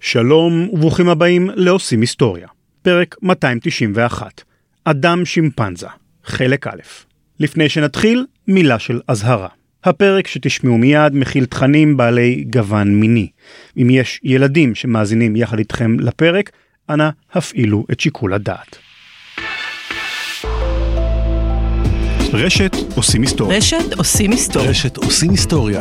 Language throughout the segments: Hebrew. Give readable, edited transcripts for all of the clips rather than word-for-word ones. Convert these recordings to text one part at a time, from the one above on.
שלום וברוכים הבאים לעושים היסטוריה. פרק 291. אדם שימפנזה, חלק א'. לפני שנתחיל, מילה של הזהרה. הפרק שתשמעו מיד מכיל תכנים בעלי גוון מיני. אם יש ילדים שמאזינים יחד איתכם לפרק, אנא הפעילו את שיקול הדעת. רשת עושים היסטוריה. רשת עושים היסטוריה. רשת עושים היסטוריה.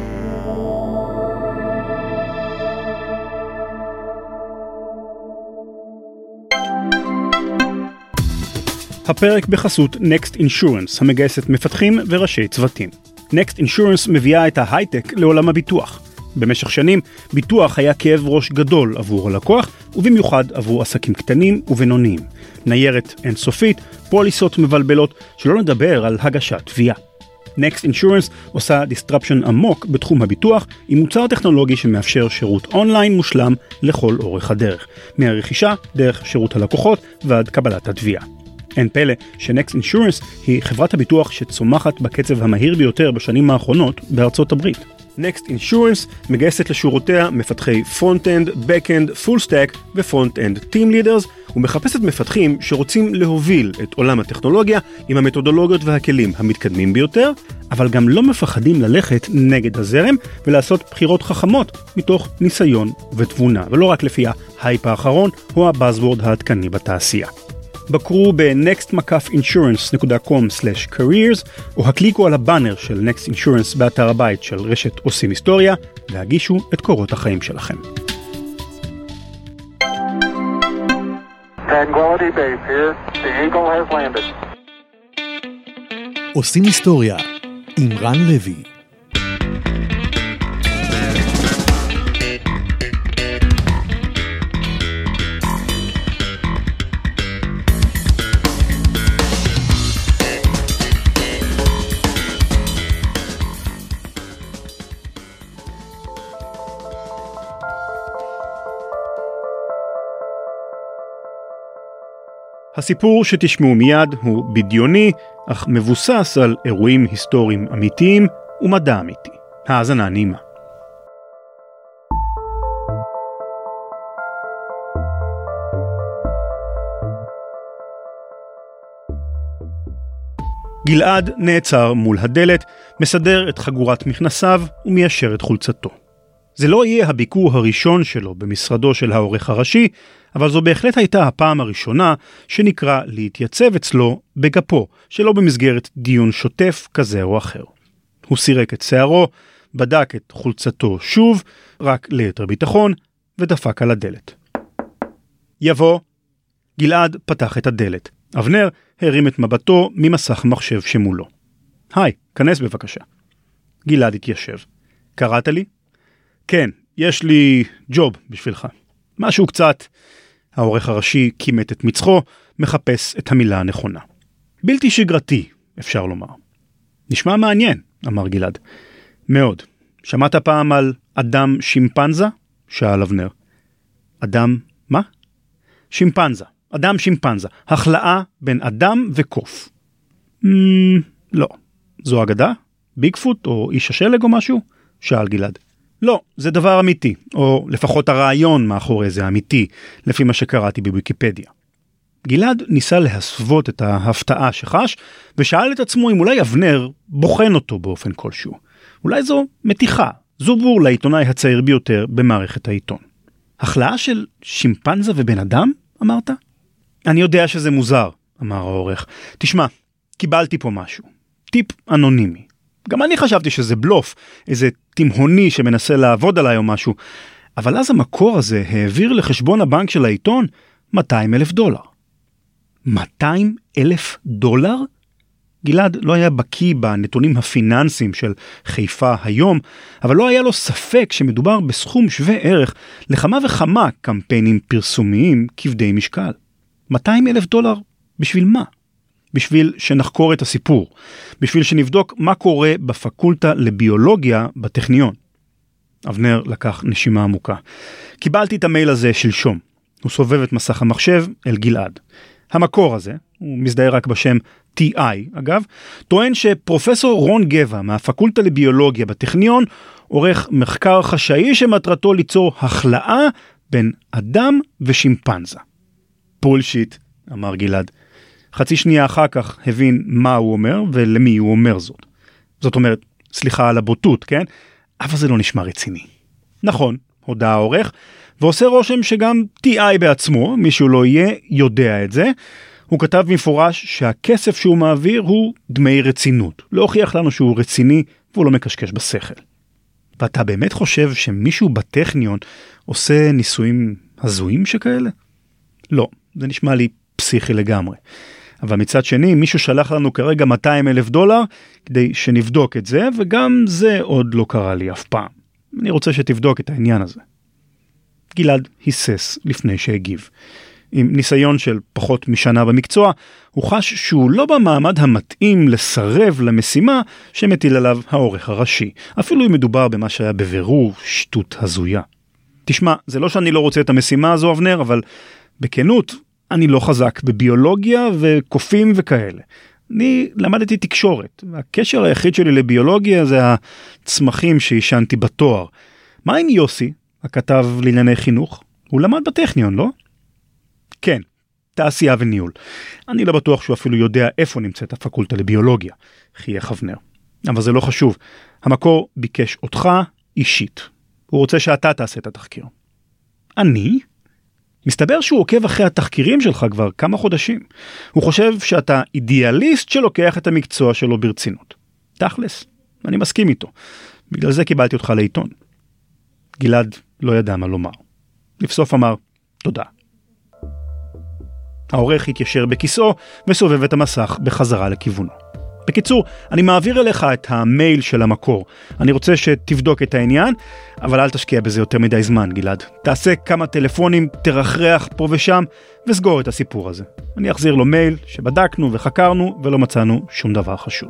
הפרק בחסות Next Insurance, המגייסת מפתחים וראשי צוותים. Next Insurance מביאה את ההייטק לעולם הביטוח. במשך שנים, ביטוח היה כאב ראש גדול עבור הלקוח, ובמיוחד עבור עסקים קטנים ובינוניים. ניירת אינסופית, פוליסות מבלבלות, שלא נדבר על הגשת תביעה. Next Insurance עושה disruption עמוק בתחום הביטוח, עם מוצר טכנולוגי שמאפשר שירות אונליין מושלם לכל אורך הדרך. מהרכישה, דרך שירות הלקוחות ועד קבלת התביעה. אין פלא ש-Next Insurance היא חברת הביטוח שצומחת בקצב המהיר ביותר בשנים האחרונות בארצות הברית. Next Insurance מגייסת לשורותיה מפתחי Front-End, Back-End, Full Stack ו-Front-End Team Leaders, ומחפשת מפתחים שרוצים להוביל את עולם הטכנולוגיה עם המתודולוגיות והכלים המתקדמים ביותר, אבל גם לא מפחדים ללכת נגד הזרם ולעשות בחירות חכמות מתוך ניסיון ותבונה, ולא רק לפי ההייפ האחרון או הבאזוורד העדכני בתעשייה. בקרו ב-nextmcfinsurance.com/careers או הקליקו על הבאנר של Next Insurance באתר הבית של רשת עושים היסטוריה והגישו את קורות החיים שלכם. Tranquility Base here. The Eagle has landed. עושים היסטוריה עם רן לוי. הסיפור שתשמעו מיד הוא בדיוני, אך מבוסס על אירועים היסטוריים אמיתיים ומדע אמיתי. האזנה נעימה. גלעד נעצר מול הדלת, מסדר את חגורת מכנסיו ומיישר את חולצתו. זה לא יהיה הביקור הראשון שלו במשרדו של העורך הראשי, אבל זו בהחלט הייתה הפעם הראשונה שנקרא להתייצב אצלו בגפו, שלא במסגרת דיון שוטף כזה או אחר. הוא סירק את שערו, בדק את חולצתו שוב, רק ליתר ביטחון, ודפק על הדלת. יבוא. גלעד פתח את הדלת. אבנר הרים את מבטו ממסך מחשב שמולו. היי, כנס בבקשה. גלעד התיישב. קראת לי? כן, יש לי ג'וב בשבילך. משהו קצת. העורך הראשי קימת את מצחו, מחפש את המילה הנכונה. בלתי שגרתי, אפשר לומר. נשמע מעניין, אמר גלעד. מאוד. שמעת פעם על אדם שימפנזה? שאל אבנר. אדם, מה? שימפנזה. אדם שימפנזה. החלאה בין אדם וקוף. לא. זו אגדה? ביגפוט או איש השלג או משהו? שאל גלעד. לא, זה דבר אמיתי, או לפחות הרעיון מאחורי זה אמיתי, לפי מה שקראתי בוויקיפדיה. גלעד ניסה להסוות את ההפתעה שחש, ושאל את עצמו אם אולי אבנר בוחן אותו באופן כלשהו. אולי זו מתיחה, זובור לעיתונאי הצעיר ביותר במערכת העיתון. החלאה של שימפנזה ובן אדם, אמרת? אני יודע שזה מוזר, אמר העורך. תשמע, קיבלתי פה משהו. טיפ אנונימי. גם אני חשבתי שזה בלוף, איזה תימהוני שמנסה לעבוד עליי או משהו, אבל אז המקור הזה העביר לחשבון הבנק של העיתון $200,000. $200,000? גלעד לא היה בקיא בנתונים הפיננסיים של חיפה היום, אבל לא היה לו ספק שמדובר בסכום שווה ערך לכמה וכמה קמפיינים פרסומיים כבדי משקל. $200,000 בשביל מה? בשביל שנחקור את הסיפור, בשביל שנבדוק מה קורה בפקולטה לביולוגיה בטכניון. אבנר לקח נשימה עמוקה. קיבלתי את המייל הזה שלשום. הוא סובב את מסך המחשב אל גלעד. המקור הזה, הוא מזדהה רק בשם TI, אגב, טוען שפרופסור רון גבע מהפקולטה לביולוגיה בטכניון עורך מחקר חשאי שמטרתו ליצור החלאה בין אדם ושימפנזה. בולשיט, אמר גלעד. חצי שנייה אחר כך הבין מה הוא אומר ולמי הוא אומר זאת. זאת אומרת, סליחה על הבוטות, כן? אבל זה לא נשמע רציני. נכון, הודע העורך, ועושה רושם שגם TI בעצמו, מישהו לא יהיה, יודע את זה. הוא כתב במפורש שהכסף שהוא מעביר הוא דמי רצינות. להוכיח לנו שהוא רציני והוא לא מקשקש בשכל. ואתה באמת חושב שמישהו בטכניון עושה ניסויים הזויים שכאלה? לא, זה נשמע לי פסיכי לגמרי. אבל מצד שני, מישהו שלח לנו כרגע $200,000 כדי שנבדוק את זה, וגם זה עוד לא קרה לי אף פעם. אני רוצה שתבדוק את העניין הזה. גלעד היסס לפני שהגיב. עם ניסיון של פחות משנה במקצוע, הוא חש שהוא לא במעמד המתאים לסרב למשימה שמטיל עליו העורך הראשי, אפילו אם מדובר במה שהיה בבירור שטות הזויה. תשמע, זה לא שאני לא רוצה את המשימה הזו, אבנר, אבל בכנות, אני לא חזק בביולוגיה וקופים וכאלה. אני למדתי תקשורת, והקשר היחיד שלי לביולוגיה זה הצמחים שישנתי בתואר. מה עם יוסי, הכתב לענייני חינוך? הוא למד בטכניון, לא? כן, תעשייה וניהול. אני לא בטוח שהוא אפילו יודע איפה נמצאת הפקולטה לביולוגיה, חייך אבנר. אבל זה לא חשוב. המקור ביקש אותך אישית. הוא רוצה שאתה תעשה את התחקיר. אני? מסתבר שהוא עוקב אחרי התחקירים שלך כבר כמה חודשים. הוא חושב שאתה אידיאליסט שלוקח את המקצוע שלו ברצינות. תכלס, אני מסכים איתו. בגלל זה קיבלתי אותך לעיתון. גלעד לא ידע מה לומר. לבסוף אמר, תודה. העורך התיישר בכיסאו וסובב את המסך בחזרה לכיוונו. בקיצור, אני מעביר אליך את המייל של המקור. אני רוצה שתבדוק את העניין, אבל אל תשקיע בזה יותר מדי זמן, גלעד. תעשה כמה טלפונים, תרחרח פה ושם, וסגור את הסיפור הזה. אני אחזיר לו מייל שבדקנו וחקרנו ולא מצאנו שום דבר חשוד.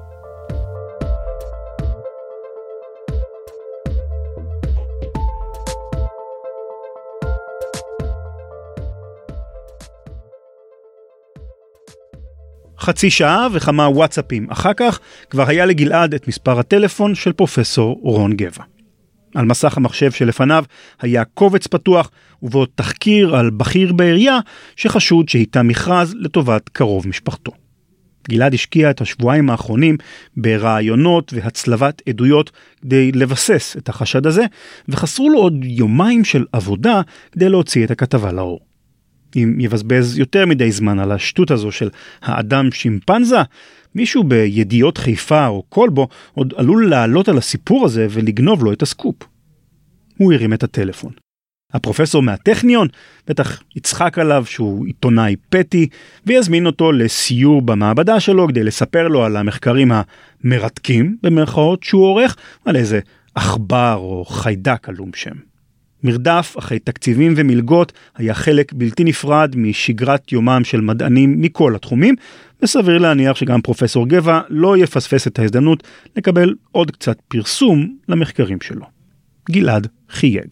חצי שעה וכמה וואטסאפים אחר כך כבר היה לגלעד את מספר הטלפון של פרופסור רון גבע. על מסך המחשב שלפניו היה קובץ פתוח ובו תחקיר על בכיר בעירייה שחשוד שהייתה מכרז לטובת קרוב משפחתו. גלעד השקיע את השבועיים האחרונים ברעיונות והצלבת עדויות כדי לבסס את החשד הזה, וחסרו לו עוד יומיים של עבודה כדי להוציא את הכתבה לאור. אם יבזבז יותר מדי זמן על השטות הזו של האדם שימפנזה, מישהו בידיעות חיפה או כלבו עוד עלול לעלות על הסיפור הזה ולגנוב לו את הסקופ. הוא הרים את הטלפון. הפרופסור מהטכניון בטח יצחק עליו שהוא עיתונאי פטי, ויזמין אותו לסיור במעבדה שלו כדי לספר לו על המחקרים המרתקים במרכאות שהוא עורך, על איזה אכבר או חיידק עלום שם. מרדף אחרי תקציבים ומלגות היה חלק בלתי נפרד משגרת יומם של מדענים מכל התחומים, וסביר להניח שגם פרופסור גבע לא יפספס את ההזדמנות לקבל עוד קצת פרסום למחקרים שלו. גלעד חייג.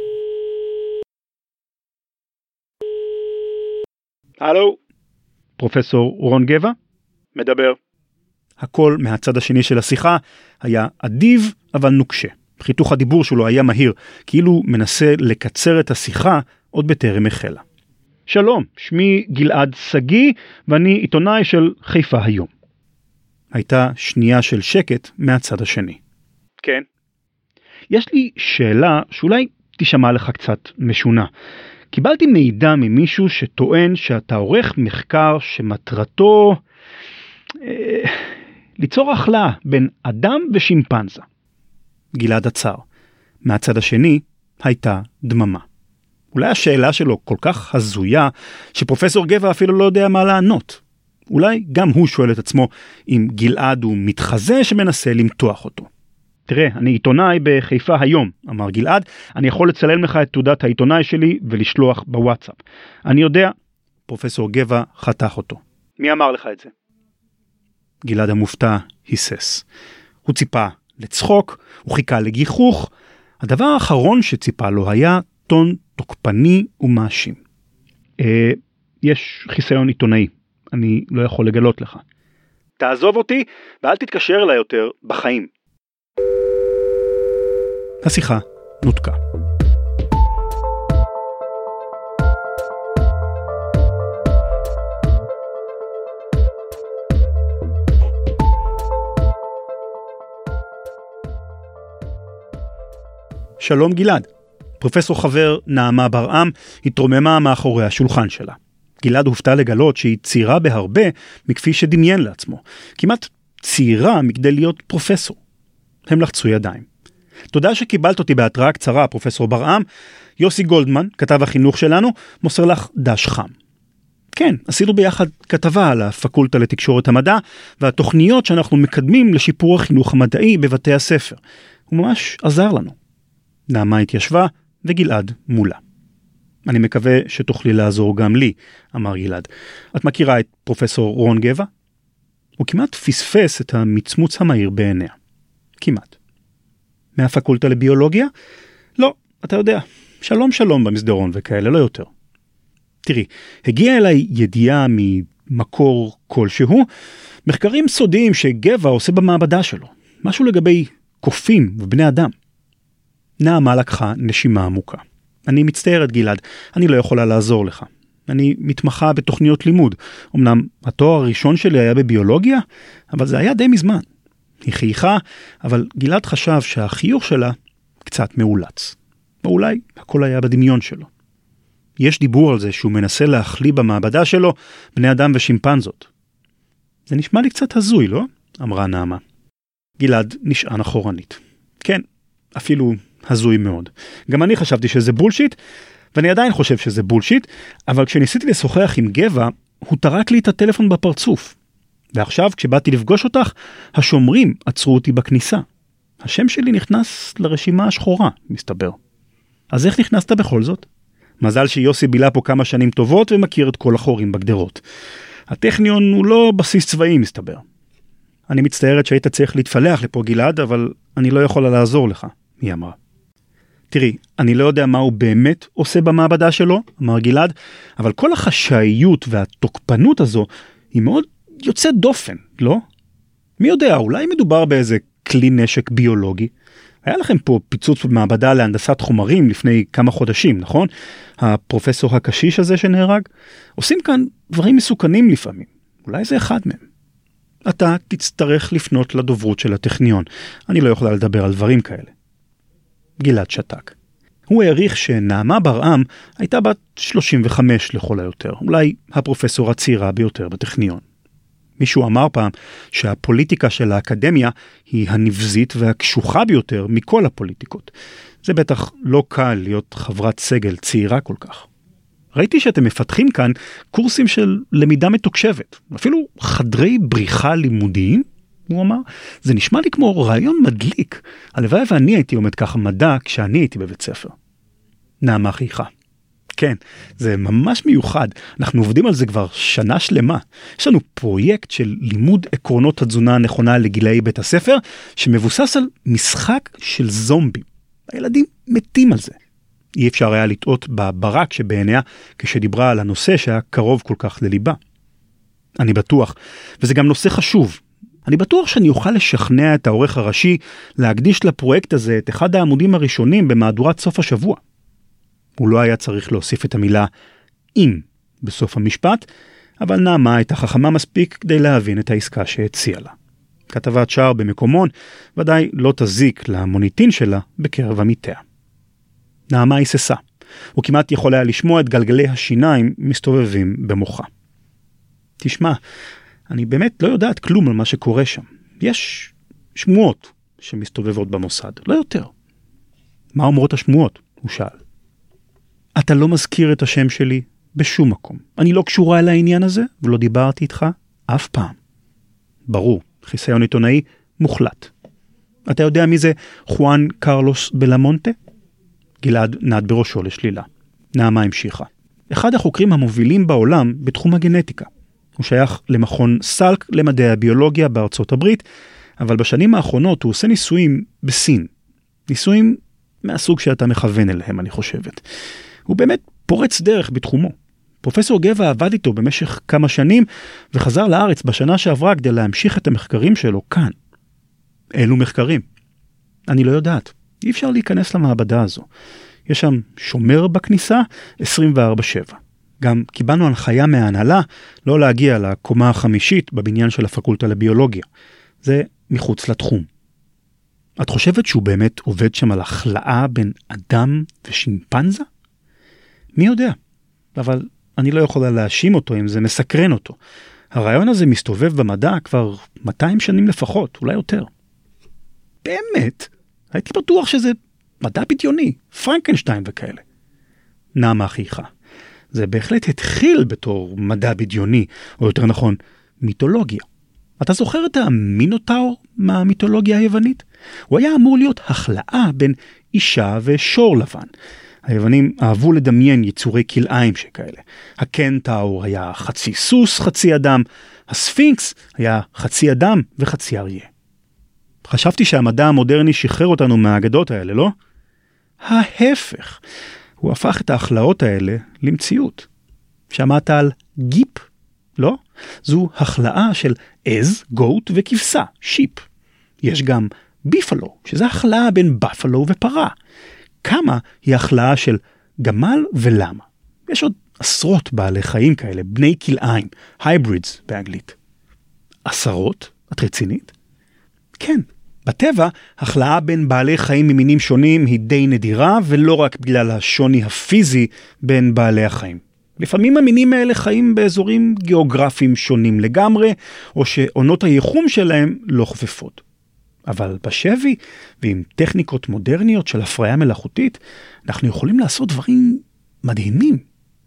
הלו, פרופסור רון גבע? מדבר. הכל מהצד השני של השיחה היה אדיב אבל נוקשה. חיתוך הדיבור שלו היה מהיר, כאילו מנסה לקצר את השיחה עוד בטרם החלה. שלום, שמי גלעד סגי, ואני עיתונאי של חיפה היום. הייתה שנייה של שקט מהצד השני. כן. יש לי שאלה שאולי תשמע לך קצת משונה. קיבלתי מידע ממישהו שטוען שאתה עורך מחקר שמטרתו ליצור החלאה בין אדם ושימפנזה. גלעד עצר. מהצד השני הייתה דממה. אולי השאלה שלו כל כך הזויה, שפרופסור גבע אפילו לא יודע מה לענות. אולי גם הוא שואל את עצמו אם גלעד הוא מתחזה שמנסה למתוח אותו. תראה, אני עיתונאי בחיפה היום, אמר גלעד, אני יכול לצלם לך את תעודת העיתונאי שלי ולשלוח בוואטסאפ. אני יודע, פרופסור גבע חתך אותו. מי אמר לך את זה? גלעד המופתע היסס. הוא ציפה לצחוק, הוא חיכה לגיחוך. הדבר האחרון שציפה לו היה טון תוקפני ומאשים. יש חיסיון עיתונאי, אני לא יכול לגלות לך. תעזוב אותי ואל תתקשר אליי יותר בחיים. השיחה נותקה. שלום גלעד. פרופסור חבר נעמה ברעם התרוממה מאחורי השולחן שלה. גלעד הופתע לגלות שהיא צעירה בהרבה מכפי שדמיין לעצמו. כמעט צעירה מכדי להיות פרופסור. הם לחצו ידיים. תודה שקיבלת אותי בהתראה קצרה, פרופסור ברעם. יוסי גולדמן, כתב החינוך שלנו, מוסר לך דש חם. כן, עשינו ביחד כתבה על הפקולטה לתקשורת המדע, והתוכניות שאנחנו מקדמים לשיפור החינוך המדעי בבתי הספר. הוא ממש עזר לנו. נעמה התיישבה וגלעד מולה. אני מקווה שתוכלי לעזור גם לי, אמר גלעד. את מכירה את פרופסור רון גבע? הוא כמעט פספס את המצמוץ המהיר בעיניה. כמעט. מהפקולטה לביולוגיה? לא, אתה יודע, שלום במסדרון וכאלה, לא יותר. תראי, הגיעה אליי ידיעה ממקור כלשהו, מחקרים סודיים שגבע עושה במעבדה שלו. משהו לגבי קופים ובני אדם. נעמה לקחה נשימה עמוקה. אני מצטערת גלעד, אני לא יכולה לעזור לך. אני מתמחה בתוכניות לימוד. אמנם התואר הראשון שלי היה בביולוגיה, אבל זה היה די מזמן. היא חייכה, אבל גלעד חשב שהחיוך שלה קצת מאולץ. או אולי הכל היה בדמיון שלו. יש דיבור על זה שהוא מנסה להחליא במעבדה שלו בני אדם ושימפנזות. זה נשמע לי קצת הזוי, לא? אמרה נעמה. גלעד נשען אחורנית. כן, אפילו הזוי מאוד. גם אני חשבתי שזה בולשיט, ואני עדיין חושב שזה בולשיט, אבל כשניסיתי לשוחח עם גבע, הוא טרק לי את הטלפון בפרצוף. ועכשיו, כשבאתי לפגוש אותך, השומרים עצרו אותי בכניסה. השם שלי נכנס לרשימה השחורה, מסתבר. אז איך נכנסת בכל זאת? מזל שיוסי בילה פה כמה שנים טובות ומכיר את כל החורים בגדרות. הטכניון הוא לא בסיס צבאי, מסתבר. אני מצטערת שהיית צריך להתפלח לפה גלעד, אבל אני לא יכולה לעזור לך, היא אמרה. תראי, אני לא יודע מה הוא באמת עושה במעבדה שלו, אמר גלעד, אבל כל החשאיות והתוקפנות הזו היא מאוד יוצאת דופן, לא? מי יודע, אולי מדובר באיזה כלי נשק ביולוגי? היה לכם פה פיצוץ במעבדה להנדסת חומרים לפני כמה חודשים, נכון? הפרופסור הקשיש הזה שנהרג? עושים כאן דברים מסוכנים לפעמים. אולי זה אחד מהם. אתה תצטרך לפנות לדוברות של הטכניון. אני לא יכולה לדבר על דברים כאלה. גלעד שתק. הוא העריך שנעמה ברעם הייתה בת 35 לכל היותר. אולי הפרופסור הצעירה ביותר בטכניון. מישהו אמר פעם שהפוליטיקה של האקדמיה היא הנבזית והקשוחה ביותר מכל הפוליטיקות. זה בטח לא קל להיות חברת סגל צעירה כל כך. ראיתי שאתם מפתחים כאן קורסים של למידה מתוקשבת, אפילו חדרי בריחה לימודיים, הוא אמר. זה נשמע לי כמו רעיון מדליק. הלוואי ואני הייתי עומד ככה מדע כשאני הייתי בבית ספר. נעמה חייכה. כן, זה ממש מיוחד. אנחנו עובדים על זה כבר שנה שלמה. יש לנו פרויקט של לימוד עקרונות התזונה הנכונה לגילאי בית הספר, שמבוסס על משחק של זומבים. הילדים מתים על זה. אי אפשר היה לטעות בברק שבעיניה כשדיברה על הנושא שהיה קרוב כל כך לליבה. אני בטוח, וזה גם נושא חשוב. אני בטוח שאני אוכל לשכנע את העורך הראשי להקדיש לפרויקט הזה את אחד העמודים הראשונים במהדורת סוף השבוע. הוא לא היה צריך להוסיף את המילה אם בסוף המשפט, אבל נעמה הייתה חכמה מספיק כדי להבין את העסקה שהציעה לה. כתבת שער במקומון ודאי לא תזיק למוניטין שלה בקרב עמיתיה. נעמה היססה. הוא כמעט יכול היה לשמוע את גלגלי השיניים מסתובבים במוחה. תשמע, אני באמת לא יודעת כלום על מה שקורה שם. יש שמועות שמסתובבות במוסד, לא יותר. מה אומרות השמועות? הוא שאל. אתה לא מזכיר את השם שלי בשום מקום. אני לא קשורה אל העניין הזה, ולא דיברתי איתך אף פעם. ברור, חיסיון עיתונאי מוחלט. אתה יודע מי זה חואן קרלוס בלמונטה? גלעד נעד בראשו לשלילה. נעמה המשיכה. אחד החוקרים המובילים בעולם בתחום הגנטיקה. הוא שייך למכון סלק למדעי הביולוגיה בארצות הברית, אבל בשנים האחרונות הוא עושה ניסויים בסין. ניסויים מהסוג שאתה מכוון אליהם, אני חושבת. הוא באמת פורץ דרך בתחומו. פרופסור גבע עבד איתו במשך כמה שנים, וחזר לארץ בשנה שעברה כדי להמשיך את המחקרים שלו כאן. אילו מחקרים? אני לא יודעת. אי אפשר להיכנס למעבדה הזו. יש שם שומר בכניסה 24/7. גם קיבלנו הנחיה מההנהלה לא להגיע לקומה החמישית בבניין של הפקולטה לביולוגיה. זה מחוץ לתחום. את חושבת שהוא באמת עובד שם על החלאה בין אדם ושימפנזה? מי יודע? אבל אני לא יכולה להאשים אותו אם זה מסקרן אותו. הרעיון הזה מסתובב במדע כבר 200 שנים לפחות, אולי יותר. באמת? הייתי בטוח שזה מדע בדיוני, פרנקנשטיין וכאלה. נעמה חייכה. זה בהחלט התחיל בתור מדע בדיוני, או יותר נכון, מיתולוגיה. אתה זוכר את המינוטאור מהמיתולוגיה היוונית? הוא היה אמור להיות החלאה בין אישה ושור לבן. היוונים אהבו לדמיין יצורי כלאיים שכאלה. הקנטאור היה חצי סוס, חצי אדם. הספינקס היה חצי אדם וחצי אריה. חשבתי שהמדע המודרני שחרר אותנו מהאגדות האלה, לא? ההפך. הוא הפך את ההחלאות האלה למציאות. שמעת על גיפ? לא? זו החלאה של עז, גוט וכבשה, שיפ. יש גם ביפלו, שזה החלאה בין בפלו ופרה. כמה היא החלאה של גמל ולמה. יש עוד עשרות בעלי חיים כאלה, בני כלאיים, hybrids באנגלית. עשרות? את רצינית? כן. בטבע, החלאה בין בעלי חיים ממינים שונים היא די נדירה, ולא רק בגלל השוני הפיזי בין בעלי החיים. לפעמים המינים האלה חיים באזורים גיאוגרפיים שונים לגמרי, או שעונות הייחום שלהם לא חופפות. אבל בשבי, ועם טכניקות מודרניות של הפריה מלאכותית, אנחנו יכולים לעשות דברים מדהימים.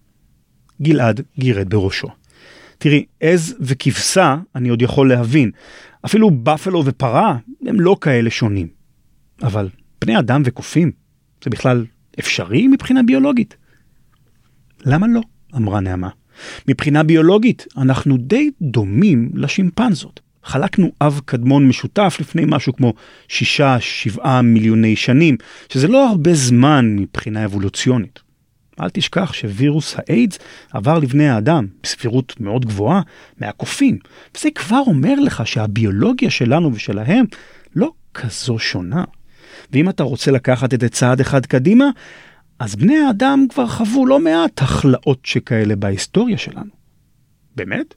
גלעד גירד בראשו. תראי, עז וכבשה אני עוד יכול להבין. אפילו בפלו ופרה הם לא כאלה שונים. אבל בני אדם וקופים, זה בכלל אפשרי מבחינה ביולוגית? למה לא? אמרה נעמה. מבחינה ביולוגית אנחנו די דומים לשימפנזות. חלקנו אב קדמון משותף לפני משהו כמו 6-7 מיליוני שנים, שזה לא הרבה זמן מבחינה אבולוציונית. אל תשכח שווירוס האיידס עבר לבני האדם בסבירות מאוד גבוהה מהקופים, וזה כבר אומר לך שהביולוגיה שלנו ושלהם לא כזו שונה. ואם אתה רוצה לקחת את זה צעד אחד קדימה, אז בני האדם כבר חוו לא מעט החלאות שכאלה בהיסטוריה שלנו. באמת?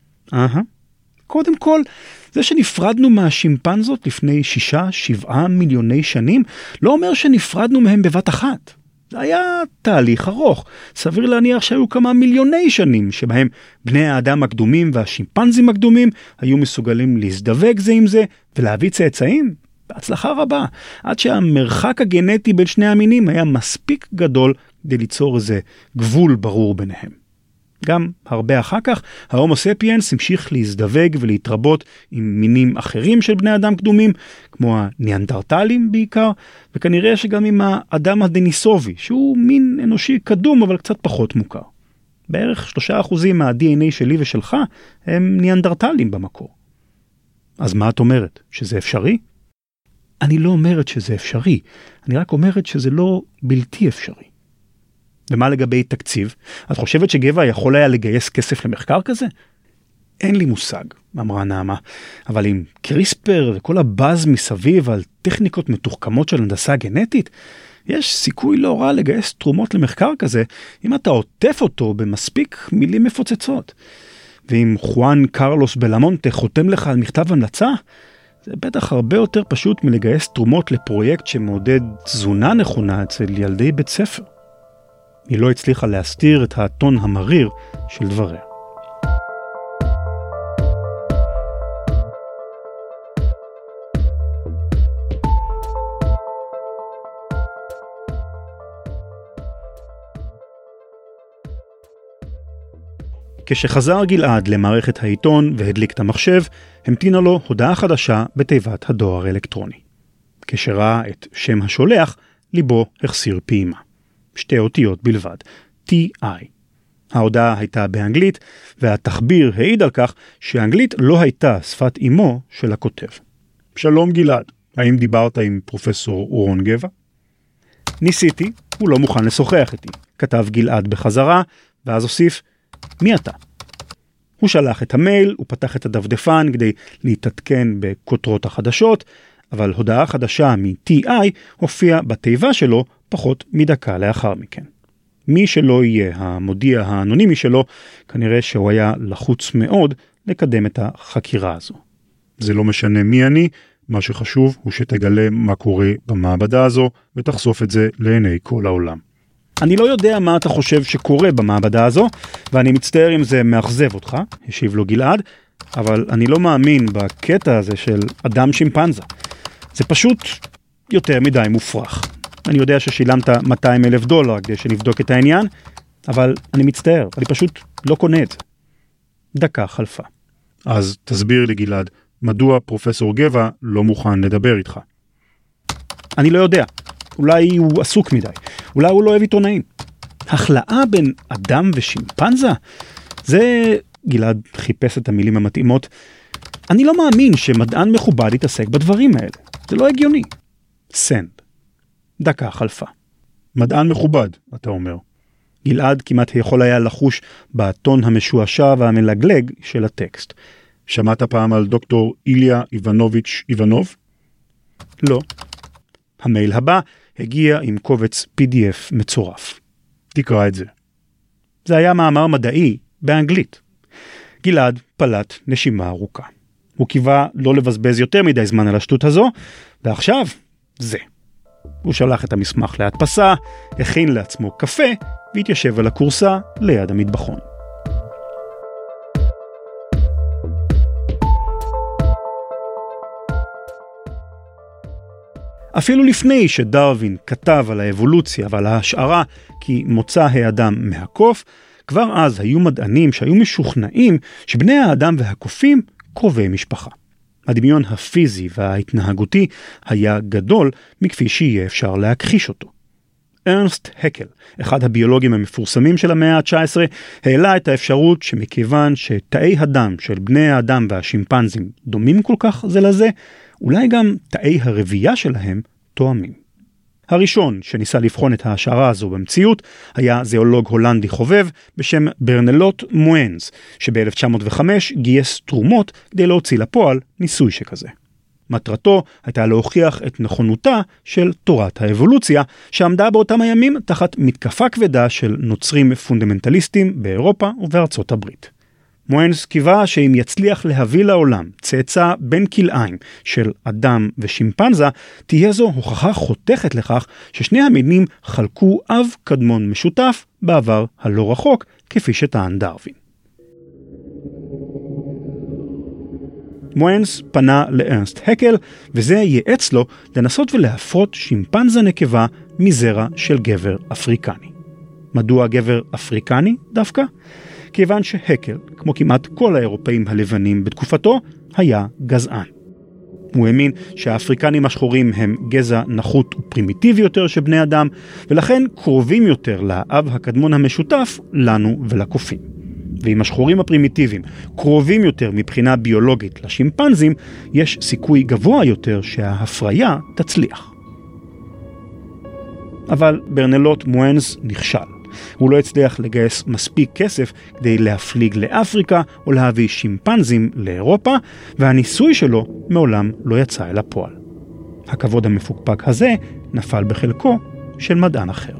קודם כל, זה שנפרדנו מהשימפנזות לפני 6-7 מיליוני שנים, לא אומר שנפרדנו מהם בבת אחת. זה היה תהליך ארוך. סביר להניח שהיו כמה מיליוני שנים, שבהם בני האדם הקדומים והשימפנזים הקדומים היו מסוגלים להזדווג זה עם זה, ולהביא צאצאים בהצלחה רבה, עד שהמרחק הגנטי בין שני המינים היה מספיק גדול כדי ליצור איזה גבול ברור ביניהם. גם הרבה אחר כך, ההומו ספיאנס המשיך להזדווג ולהתרבות עם מינים אחרים של בני אדם קדומים, כמו הניאנדרטלים בעיקר, וכנראה שגם עם האדם הדניסובי, שהוא מין אנושי קדום אבל קצת פחות מוכר. בערך 3% מה-DNA שלי ושלך הם ניאנדרטלים במקור. אז מה את אומרת? שזה אפשרי? אני לא אומרת שזה אפשרי, אני רק אומרת שזה לא בלתי אפשרי. ומה לגבי תקציב? את חושבת שגבע יכול היה לגייס כסף למחקר כזה? אין לי מושג, אמרה נעמה, אבל עם קריספר וכל הבאז מסביב על טכניקות מתוחכמות של הנדסה גנטית, יש סיכוי לא רע לגייס תרומות למחקר כזה, אם אתה עוטף אותו במספיק מילים מפוצצות. ואם חואן קרלוס בלמונטה חותם לך על מכתב המלצה, זה בטח הרבה יותר פשוט מלגייס תרומות לפרויקט שמעודד תזונה נכונה אצל ילדי בית ספר. היא לא הצליחה להסתיר את הטון המריר של דבריה. כשחזר גלעד למערכת העיתון והדליק את המחשב, המתינה לו הודעה חדשה בתיבת הדואר האלקטרוני. כשראה את שם השולח, ליבו החסיר פעימה. 2 אותיות בלבד, TI. ההודעה הייתה באנגלית, והתחביר העיד על כך שהאנגלית לא הייתה שפת אמו של הכותב. שלום גלעד, האם דיברת עם פרופסור אורון גבע? ניסיתי, הוא לא מוכן לשוחח איתי. כתב גלעד בחזרה, ואז הוסיף, מי אתה? הוא שלח את המייל, הוא פתח את הדפדפן כדי להתעדכן בכותרות החדשות, אבל הודעה חדשה מ-TI הופיעה בתיבה שלו פחות מדקה לאחר מכן. מי שלא יהיה המודיע האנונימי שלו, כנראה שהוא היה לחוץ מאוד לקדם את החקירה הזו. זה לא משנה מי אני, מה שחשוב הוא שתגלה מה קורה במעבדה הזו, ותחשוף את זה לעיני כל העולם. אני לא יודע מה אתה חושב שקורה במעבדה הזו, ואני מצטער אם זה מאכזב אותך, השיב לו גלעד, אבל אני לא מאמין בקטע הזה של אדם שימפנזה. זה פשוט יותר מדי מופרך. אני יודע ששילמת $200,000 כדי שנבדוק את העניין, אבל אני מצטער, אני פשוט לא קונה את זה. דקה חלפה. אז תסביר לי גלעד, מדוע פרופסור גבע לא מוכן לדבר איתך? אני לא יודע. אולי הוא עסוק מדי. אולי הוא לא אוהב עיתונאים. החלאה בין אדם ושימפנזה? זה... גלעד חיפש את המילים המתאימות. אני לא מאמין שמדען מכובד יתעסק בדברים האלה. זה לא הגיוני. סנד. דקה חלפה. מדען מכובד, אתה אומר. גלעד כמעט יכול היה לחוש בטון המשועשע והמלגלג של הטקסט. שמעת פעם על דוקטור איליה איבנוביץ' איבנוב? לא. המייל הבא הגיע עם קובץ PDF מצורף. תקרא את זה. זה היה מאמר מדעי באנגלית. גלעד פלט נשימה ארוכה. הוא קיווה לא לבזבז יותר מדי זמן על השטות הזו, ועכשיו זה. הוא שלח את המסמך להדפסה, הכין לעצמו קפה, והתיישב על הקורסה ליד המטבחון. אפילו לפני שדרווין כתב על האבולוציה ועל ההשערה כי מוצא האדם מהקוף, כבר אז היו מדענים שהיו משוכנעים שבני האדם והקופים קרובי משפחה. הדמיון הפיזי וההתנהגותי היה גדול מכפי שיהיה אפשר להכחיש אותו. ארנסט הקל, אחד הביולוגים המפורסמים של המאה ה-19, העלה את האפשרות שמכיוון שתאי הדם של בני האדם והשימפנזים דומים כל כך זה לזה, אולי גם תאי הרבייה שלהם תואמים. הראשון שניסה לבחון את ההשערה הזו במציאות היה זואולוג הולנדי חובב בשם ברנלוט מואנס, שב-1905 גייס תרומות כדי להוציא לפועל ניסוי שכזה. מטרתו הייתה להוכיח את נכונותה של תורת האבולוציה, שעמדה באותם הימים תחת מתקפה כבדה של נוצרים פונדמנטליסטים באירופה ובארצות הברית. מואנס קיווה שאם יצליח להביא לעולם צאצא בין כלאיים של אדם ושימפנזה, תהיה זו הוכחה חותכת לכך ששני המינים חלקו אב קדמון משותף בעבר הלא רחוק, כפי שטען דרווין. מואנס פנה לארנסט הקל, וזה ייעץ לו לנסות ולהפרות שימפנזה נקבה מזרע של גבר אפריקני. מדוע גבר אפריקני דווקא? כיוון שהקל, כמו כמעט כל האירופאים הלבנים בתקופתו, היה גזען. הוא האמין שהאפריקנים השחורים הם גזע נחות ופרימיטיבי יותר שבני אדם, ולכן קרובים יותר לאב הקדמון המשותף לנו ולקופים. ואם השחורים הפרימיטיביים קרובים יותר מבחינה ביולוגית לשימפנזים, יש סיכוי גבוה יותר שההפריה תצליח. אבל ברנלוט מואנס נכשל. הוא לא הצליח לגייס מספיק כסף כדי להפליג לאפריקה או להביא שימפנזים לאירופה, והניסוי שלו מעולם לא יצא אל הפועל. הכבוד המפוקפק הזה נפל בחלקו של מדען אחר.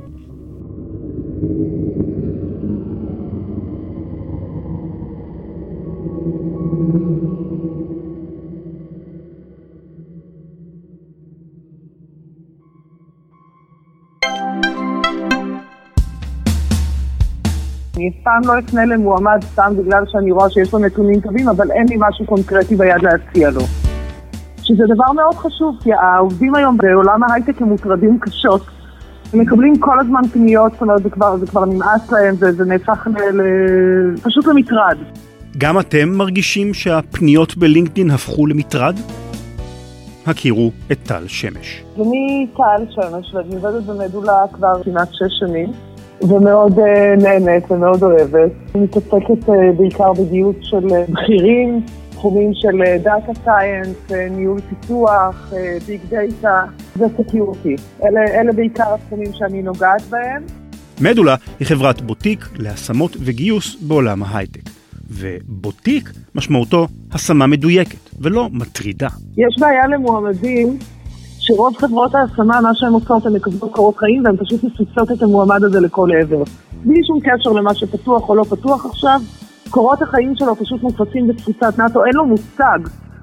אני פעם לא אפנה למועמד סתם בגלל שאני רואה שיש לו נתונים טובים, אבל אין לי משהו קונקרטי ביד להציע לו. שזה דבר מאוד חשוב, כי העובדים היום בעולם ההייטק הם מוטרדים קשות. הם מקבלים כל הזמן פניות, זאת אומרת, זה כבר נמאס להם, זה נהפך פשוט למטרד. גם אתם מרגישים שהפניות בלינקדין הפכו למטרד? הכירו את טל שמש. אני טל שמש, ואני עובדת במדולה כבר כמעט 6 שנים. ומאוד נהנית ומאוד אוהבת. אני מתעסקת בעיקר בגיוס של בכירים, תחומים של דאטה סיינס, ניהול פיתוח, ביג דאטה וסקיוריטי. אלה בעיקר התחומים שאני נוגעת בהם. מדולה היא חברת בוטיק להשמות וגיוס בעולם ההייטק. ובוטיק משמעותו השמה מדויקת ולא מטרידה. יש בעיה למועמדים שרוב חברות ההשמה, מה שהן עושות, הן מקבלות קורות חיים, והן פשוט מפיצות את המועמד הזה לכל עבר. בלי שום קשר למה שפתוח או לא פתוח עכשיו, קורות החיים שלו פשוט מופצים בתפוצת נאטו, אין לו מושג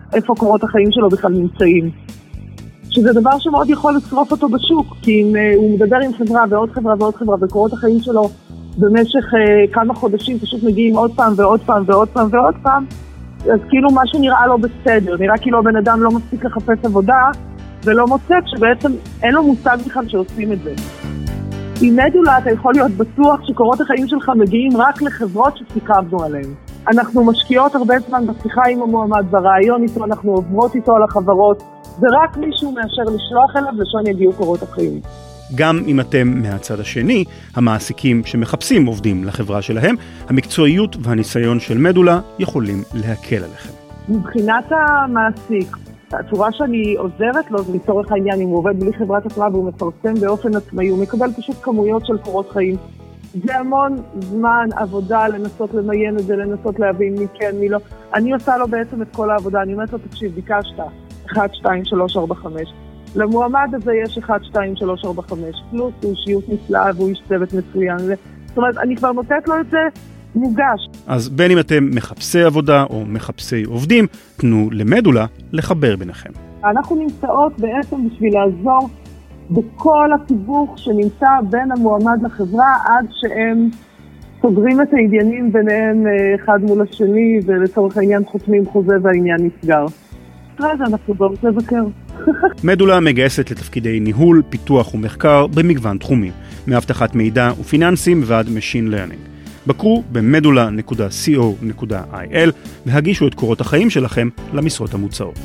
איפה קורות החיים שלו בכלל נמצאים. שזה דבר שמאוד יכול לצרוף אותו בשוק, כי אם הוא מדבר עם חברה ועוד חברה ועוד חברה, וקורות החיים שלו במשך כמה חודשים פשוט מגיעים עוד פעם ועוד פעם ועוד פעם ועוד פעם, אז כאילו משהו נראה לו בסדר, נראה כאילו הבן אדם לא מספיק לחפש עבודה, ולא מוצא, כשבעצם אין לו מושג בכלל שעושים את זה. עם מדולה אתה יכול להיות בטוח שקורות החיים שלך מגיעים רק לחברות שסיכמנו עליהן. אנחנו משקיעות הרבה זמן בשיחה עם המועמד, ברעיון איתו, אנחנו עוברות איתו על החברות, ורק מישהו מאשר לשלוח אליו לשון יגיעו קורות החיים. גם אם אתם מהצד השני, המעסיקים שמחפשים עובדים לחברה שלהם, המקצועיות והניסיון של מדולה יכולים להקל עליכם. מבחינת המעסיק, הצורה שאני עוזרת לו, זה לצורך העניין, אם הוא עובד בלי חברת התראה והוא מפרסם באופן עצמאי, הוא מקבל פשוט כמויות של קורות חיים. זה המון זמן עבודה לנסות למיין את זה, לנסות להבין מי כן, מי לא. אני עושה לו בעצם את כל העבודה, אני אומרת לו, תקשיב, ביקשת 1, 2, 3, 4, 5. למועמד הזה יש 1, 2, 3, 4, 5. פלוס הוא אישיות נפלאה והוא איש צוות מצוין. זאת אומרת, אני כבר נותנת לו את זה מוגש. אז בין אם אתם מחפשי עבודה או מחפשי עובדים, תנו למדולה לחבר ביניכם. אנחנו נמצאות בעצם בשביל לעזור בכל התיווך שנמצא בין המועמד לחברה עד שהם סוגרים את העניינים ביניהם אחד מול השני ולצורך העניין חותמים חוזה והעניין נסגר. אחרי זה אנחנו באות לבקר. מדולה מגייסת לתפקידי ניהול, פיתוח ומחקר במגוון תחומים, מאבטחת מידע ופיננסים ועד Machine Learning. בקרו במדולה.co.il והגישו את קורות החיים שלכם למשרות המוצעות.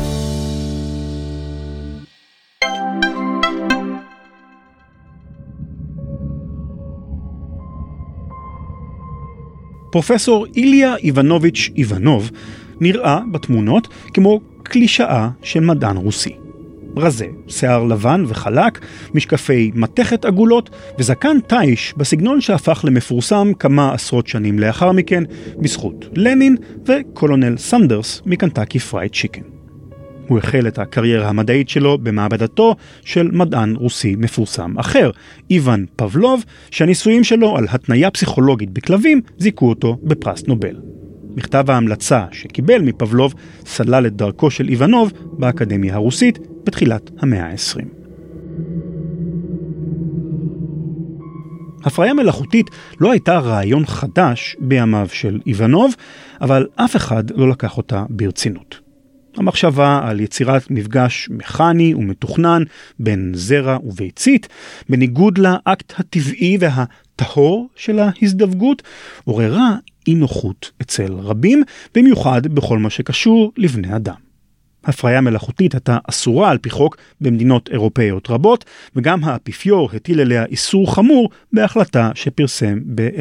פרופסור איליה איבנוביץ' איבנוב נראה בתמונות כמו קלישאה של מדען רוסי. רזה, שיער לבן וחלק, משקפי מתכת עגולות וזקן טייש בסגנון שהפך למפורסם כמה עשרות שנים לאחר מכן בזכות לנין וקולונל סנדרס מקנטקי פרייד צ'יקן. הוא החל את הקריירה המדעית שלו במעבדתו של מדען רוסי מפורסם אחר, איוון פבלוב, שהניסויים שלו על התניה פסיכולוגית בכלבים זיכו אותו בפרס נובל. מכתב ההמלצה שקיבל מפבלוב סלל את דרכו של איוונוב באקדמיה הרוסית בתחילת המאה ה-20. הפריה מלאכותית לא הייתה רעיון חדש בימיו של איוונוב, אבל אף אחד לא לקח אותה ברצינות. המחשבה על יצירת מפגש מכני ומתוכנן בין זרע וביצית, בניגוד לאקט הטבעי והטהור של ההזדווגות, עוררה אי נוחות אצל רבים, במיוחד בכל מה שקשור לבני אדם. הפריה מלאכותית הייתה אסורה על פי חוק במדינות אירופאיות רבות, וגם האפיפיור הטיל עליה איסור חמור בהחלטה שפרסם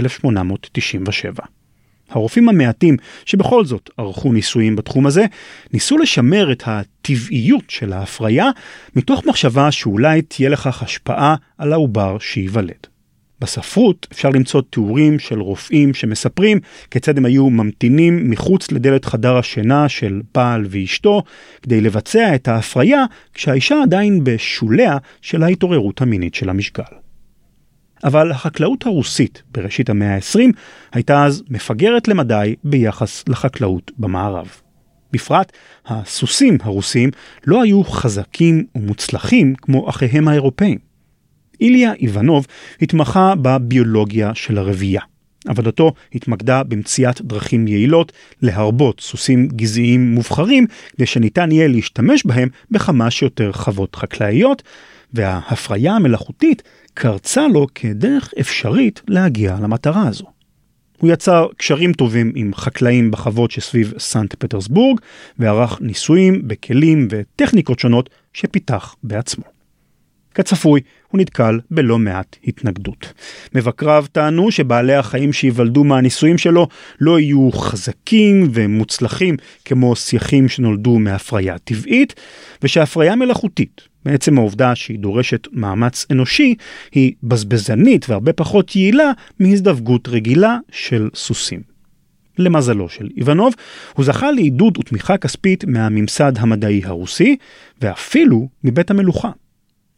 ב-1897. הרופאים המעטים שבכל זאת ערכו ניסויים בתחום הזה, ניסו לשמר את הטבעיות של ההפריה, מתוך מחשבה שאולי תהיה לכך השפעה על העובר שייוולד. בספרות אפשר למצוא תיאורים של רופאים שמספרים כיצד הם היו ממתינים מחוץ לדלת חדר השינה של בעל ואשתו, כדי לבצע את ההפריה כשהאישה עדיין בשוליה של ההתעוררות המינית של המשקל. אבל החקלאות הרוסית בראשית המאה ה-20 הייתה אז מפגרת למדי ביחס לחקלאות במערב. בפרט, הסוסים הרוסים לא היו חזקים ומוצלחים כמו אחיהם האירופאים. איליה איוונוב התמחה בביולוגיה של הרבייה. עבודתו התמקדה במציאת דרכים יעילות להרבות סוסים גזעיים מובחרים, כדי שניתן יהיה להשתמש בהם בכמה שיותר חוות חקלאיות, וההפריה המלאכותית קרצה לו כדרך אפשרית להגיע למטרה הזו. הוא יצר קשרים טובים עם חקלאים בחוות שסביב סנט פטרסבורג, וערך ניסויים בכלים וטכניקות שונות שפיתח בעצמו. כצפוי, הוא נתקל בלא מעט התנגדות. מבקריו טענו שבעלי החיים שיוולדו מהניסויים שלו לא יהיו חזקים ומוצלחים כמו שיחים שנולדו מהפריה טבעית, ושהפריה מלאכותית, בעצם העובדה שהיא דורשת מאמץ אנושי, היא בזבזנית והרבה פחות יעילה מהזדווגות רגילה של סוסים. למזלו של איוונוב, הוא זכה לעידוד ותמיכה כספית מהממסד המדעי הרוסי, ואפילו מבית המלוכה.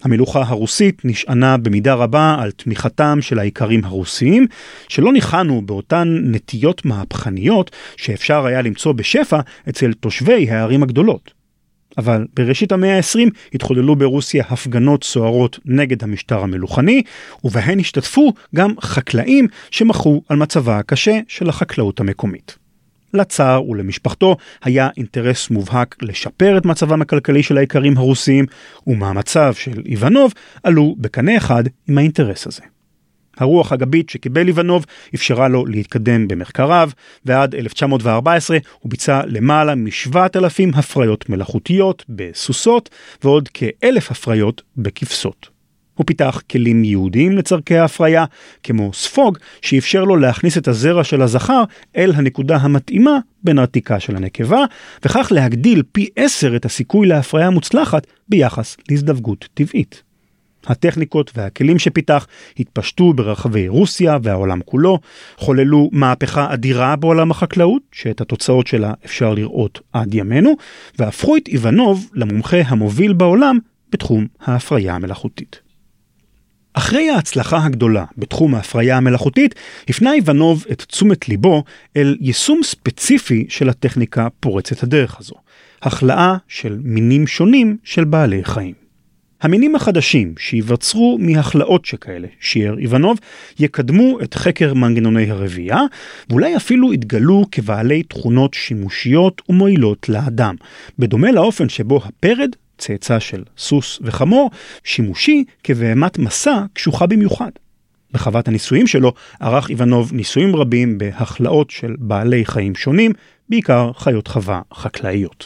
המלוכה הרוסית נשענה במידה רבה על תמיכתם של האיכרים הרוסיים, שלא ניחנו באותן נטיות מהפכניות שאפשר היה למצוא בשפע אצל תושבי הערים הגדולות. אבל בראשית המאה ה-20 התחוללו ברוסיה הפגנות סוערות נגד המשטר המלוכני, ובהן השתתפו גם חקלאים שמחו על מצבה הקשה של החקלאות המקומית. לצאר ולמשפחתו היה אינטרס מובהק לשפר את מצבם הכלכלי של האיכרים הרוסיים, ומאמציו של איוונוב עלו בקנה אחד עם האינטרס הזה. הרוח הגבית שקיבל איוונוב אפשרה לו להתקדם במחקריו, ועד 1914 הוא ביצע למעלה מ7,000 הפריות מלאכותיות בסוסות, ועוד כ1,000 הפריות בכבשות. הוא פיתח כלים ייעודיים לצורכי ההפריה, כמו ספוג, שאפשר לו להכניס את הזרע של הזכר אל הנקודה המתאימה בין הרתיקה של הנקבה, וכך להגדיל פי 10 את הסיכוי להפריה מוצלחת ביחס להזדווגות טבעית. הטכניקות והכלים שפיתח התפשטו ברחבי רוסיה והעולם כולו, חוללו מהפכה אדירה בעולם החקלאות, שאת התוצאות שלה אפשר לראות עד ימינו, והפכו את איוונוב למומחה המוביל בעולם בתחום ההפריה המלאכותית. אחרי ההצלחה הגדולה בתחום ההפריה המלאכותית, הפנה איוונוב את תשומת ליבו אל יישום ספציפי של הטכניקה פורצת הדרך הזו, החלאה של מינים שונים של בעלי חיים. המינים החדשים שיווצרו מהחלאות שכאלה, שיער איוונוב, יקדמו את חקר מנגנוני הרבייה, ואולי אפילו יתגלו כבעלי תכונות שימושיות ומועילות לאדם, בדומה לאופן שבו הפרד, צאצא של סוס וחמור, שימושי כבהמת מסע קשוחה במיוחד. בחוות הניסויים שלו ערך איוונוב ניסויים רבים בהחלאות של בעלי חיים שונים, בעיקר חיות חווה חקלאיות.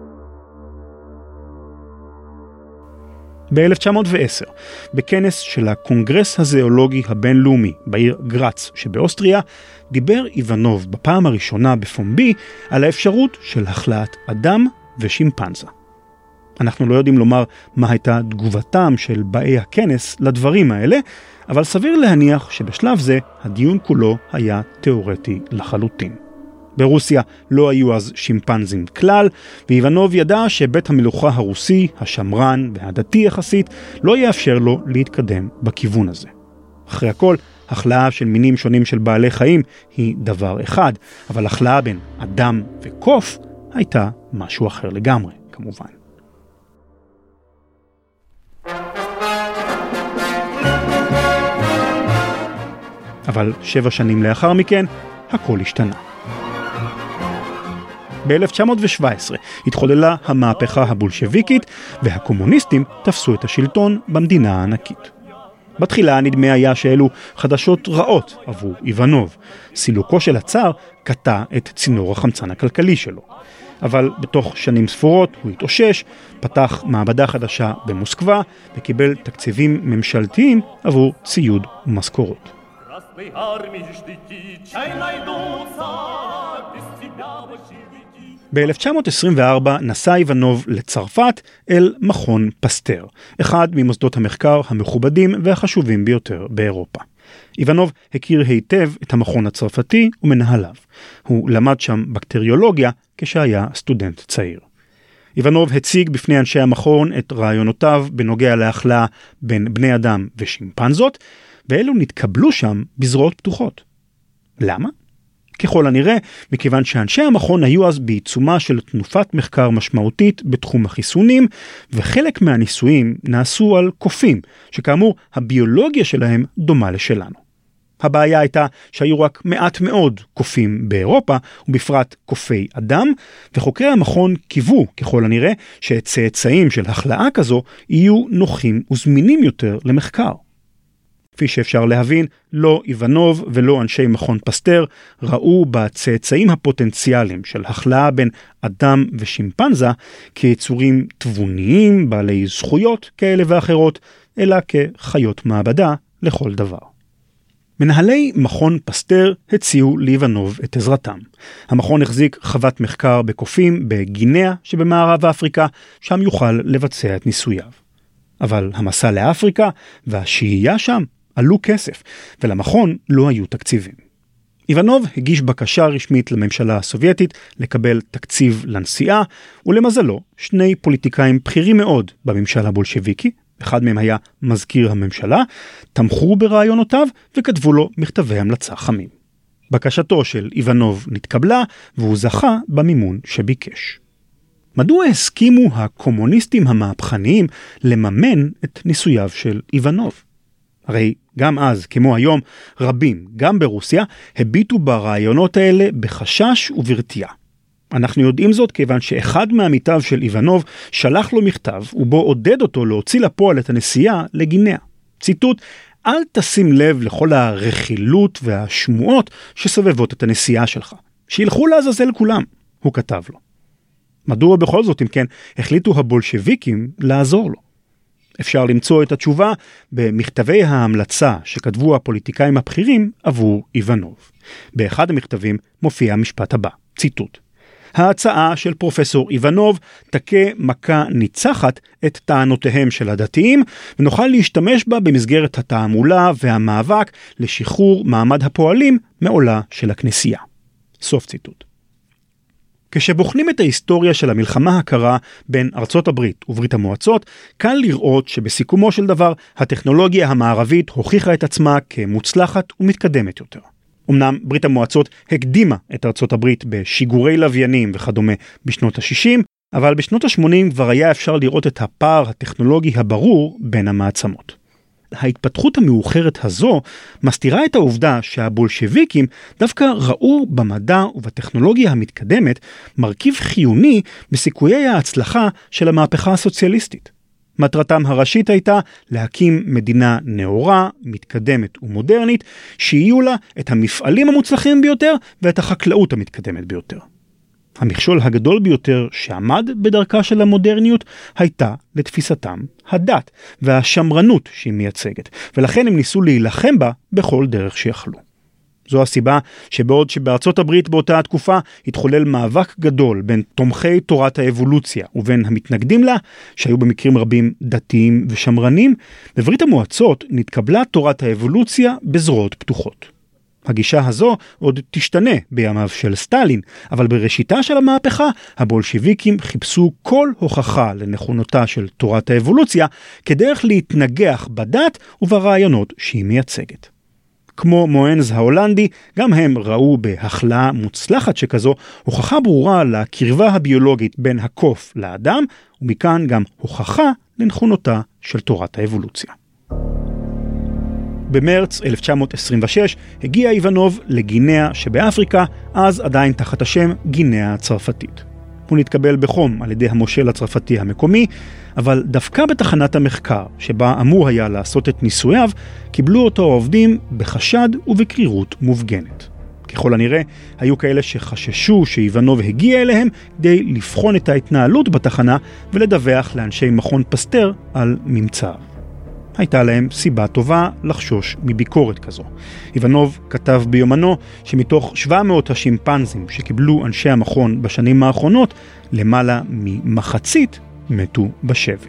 ב-1910, בכנס של הקונגרס הזואולוגי הבינלאומי בעיר גרץ שבאוסטריה, דיבר איוונוב בפעם הראשונה בפומבי על האפשרות של החלאת אדם ושימפנזה. אנחנו לא יודעים לומר מה הייתה תגובתם של באי הכנס לדברים האלה, אבל סביר להניח שבשלב זה הדיון כולו היה תיאורטי לחלוטין. ברוסיה לא היו אז שימפנזים כלל, ואיוונוב ידע שבית המלוכה הרוסי, השמרן והדתי יחסית, לא יאפשר לו להתקדם בכיוון הזה. אחרי הכל, החלאה של מינים שונים של בעלי חיים היא דבר אחד, אבל החלאה בין אדם וקוף הייתה משהו אחר לגמרי, כמובן. אבל 7 שנים לאחר מכן, הכל השתנה. ב-1917 התחוללה המהפכה הבולשביקית, והקומוניסטים תפסו את השלטון במדינה הענקית. בתחילה נדמה היה שאלו חדשות רעות עבור איוונוב. סילוקו של הצאר קטע את צינור החמצן הכלכלי שלו. אבל בתוך שנים ספורות הוא התאושש, פתח מעבדה חדשה במוסקבה, וקיבל תקציבים ממשלתיים עבור ציוד ומשכורות. ב-1924 נסע איוונוב לצרפת אל מכון פסטר, אחד ממוסדות המחקר המכובדים והחשובים ביותר באירופה. איוונוב הכיר היטב את המכון הצרפתי ומנהליו. הוא למד שם בקטריולוגיה כשהיה סטודנט צעיר. איוונוב הציג בפני אנשי המכון את רעיונותיו בנוגע להחלאה בין בני אדם ושימפנזות, ואלו נתקבלו שם בזרועות פתוחות. למה? ככל הנראה, מכיוון שאנשי המכון היו אז בעיצומה של תנופת מחקר משמעותית בתחום החיסונים, וחלק מהניסויים נעשו על קופים, שכאמור הביולוגיה שלהם דומה לשלנו. הבעיה הייתה שהיו רק מעט מאוד קופים באירופה, ובפרט קופי אדם, וחוקרי המכון קיוו ככל הנראה שצאצאים של החלאה כזו יהיו נוחים וזמינים יותר למחקר. כפי שאפשר להבין, לא איוונוב ולא אנשי מכון פסטר ראו בצאצאים הפוטנציאליים של החלאה בין אדם ושימפנזה כיצורים תבוניים, בעלי זכויות כאלה ואחרות, אלא כחיות מעבדה לכל דבר. מנהלי מכון פסטר הציעו לאיוונוב את עזרתם. המכון החזיק חוות מחקר בקופים בגינאה שבמערב אפריקה, שם יוכל לבצע את ניסוייו. אבל המסע לאפריקה והשהייה שם עלו כסף, ולמכון לא היו תקציבים. איוונוב הגיש בקשה רשמית לממשלה הסובייטית לקבל תקציב לנסיעה, ולמזלו, 2 פוליטיקאים בכירים מאוד בממשל הבולשביקי, אחד מהם היה מזכיר הממשלה, תמכו ברעיונותיו וכתבו לו מכתבי המלצה חמים. בקשתו של איוונוב נתקבלה והוא זכה במימון שביקש. מדוע הסכימו הקומוניסטים המהפכניים לממן את ניסוייו של איוונוב? הרי גם אז, כמו היום, רבים, גם ברוסיה, הביטו ברעיונות האלה בחשש וברתיעה. אנחנו יודעים זאת כיוון שאחד מעמיתיו של איוונוב שלח לו מכתב ובו עודד אותו להוציא לפועל את הנסיעה לגינאה. ציטוט, אל תשים לב לכל הרכילות והשמועות שסובבות את הנסיעה שלך. שילכו לעזאזל כולם, הוא כתב לו. מדוע בכל זאת, אם כן, החליטו הבולשביקים לעזור לו? אפשר למצוא את התשובה במכתבי ההמלצה שכתבו הפוליטיקאים הבכירים עבור איוונוב. באחד המכתבים מופיע המשפט הבא, ציטוט. ההצעה של פרופסור איוונוב תכה מכה ניצחת את טענותיהם של הדתיים, ונוכל להשתמש בה במסגרת התעמולה והמאבק לשחרור מעמד הפועלים מעולה של הכנסייה. סוף ציטוט. כשבוחנים את ההיסטוריה של המלחמה הקרה בין ארצות הברית וברית המועצות, קל לראות שבסיכומו של דבר הטכנולוגיה המערבית הוכיחה את עצמה כמוצלחת ומתקדמת יותר. אמנם ברית המועצות הקדימה את ארצות הברית בשיגורי לוויינים וכדומה בשנות ה-60, אבל בשנות ה-80 כבר היה אפשר לראות את הפער הטכנולוגי הברור בין המעצמות. ההתפתחות המאוחרת הזו מסתירה את העובדה שהבולשביקים דווקא ראו במדע ובטכנולוגיה המתקדמת מרכיב חיוני בסיכויי ההצלחה של המהפכה הסוציאליסטית. מטרתם הראשית הייתה להקים מדינה נאורה, מתקדמת ומודרנית, שיהיו לה את המפעלים המוצלחים ביותר ואת החקלאות המתקדמת ביותר. המכשול הגדול ביותר שעמד בדרכה של המודרניות הייתה לתפיסתם הדת והשמרנות שהיא מייצגת, ולכן הם ניסו להילחם בה בכל דרך שיכלו. זו הסיבה שבעוד שבארצות הברית באותה התקופה התחולל מאבק גדול בין תומכי תורת האבולוציה ובין המתנגדים לה, שהיו במקרים רבים דתיים ושמרנים, בברית המועצות נתקבלה תורת האבולוציה בזרועות פתוחות. הגישה הזו עוד תשתנה בימיו של סטלין, אבל בראשיתה של המהפכה, הבולשביקים חיפשו כל הוכחה לנכונותה של תורת האבולוציה, כדרך להתנגח בדת וברעיונות שהיא מייצגת. כמו מואנז ההולנדי, גם הם ראו בהחלאה מוצלחת שכזו, הוכחה ברורה לקרבה הביולוגית בין הקוף לאדם, ומכאן גם הוכחה לנכונותה של תורת האבולוציה. במרץ 1926 הגיע איוונוב לגינאה שבאפריקה, אז עדיין תחת השם גינאה הצרפתית. הוא נתקבל בחום על ידי המושל הצרפתי המקומי, אבל דווקא בתחנת המחקר שבה אמור היה לעשות את ניסוייו, קיבלו אותו העובדים בחשד ובקרירות מופגנת. ככל הנראה, היו כאלה שחששו שאיוונוב הגיע אליהם כדי לבחון את ההתנהלות בתחנה ולדווח לאנשי מכון פסטר על ממצאיו. הייתה להם סיבה טובה לחשוש מביקורת כזו. איוונוב כתב ביומנו שמתוך 700 השימפנזים שקיבלו אנשי המכון בשנים האחרונות, למעלה ממחצית מתו בשבי.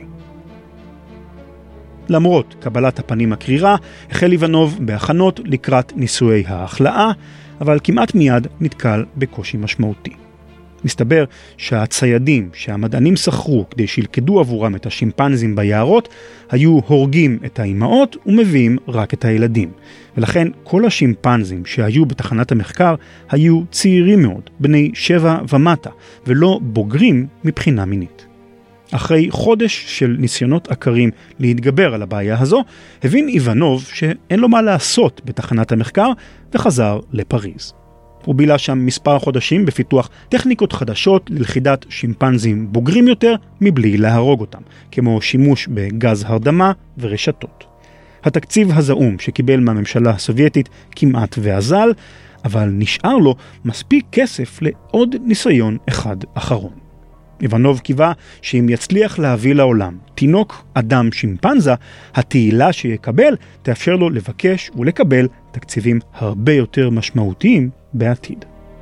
למרות קבלת הפנים הקרירה, החל איוונוב בהכנות לקראת ניסויי ההחלאה, אבל כמעט מיד נתקל בקושי משמעותי. מסתבר שהציידים שהמדענים שכרו כדי שילכדו עבורם את השימפנזים ביערות, היו הורגים את האימהות ומביאים רק את הילדים. ולכן כל השימפנזים שהיו בתחנת המחקר היו צעירים מאוד, בני 7 ומטה, ולא בוגרים מבחינה מינית. אחרי חודש של ניסיונות עקרים להתגבר על הבעיה הזו, הבין איוונוב שאין לו מה לעשות בתחנת המחקר וחזר לפריז. הוא בילה שם מספר חודשים בפיתוח טכניקות חדשות ללכידת שימפנזים בוגרים יותר מבלי להרוג אותם, כמו שימוש בגז הרדמה ורשתות. התקציב הזעום שקיבל מהממשלה הסובייטית כמעט ואזל, אבל נשאר לו מספיק כסף לעוד ניסיון אחד אחרון. איוונוב קיווה שאם יצליח להביא לעולם תינוק אדם שימפנזה, התהילה שיקבל תאפשר לו לבקש ולקבל תקציבים הרבה יותר משמעותיים בעתיד.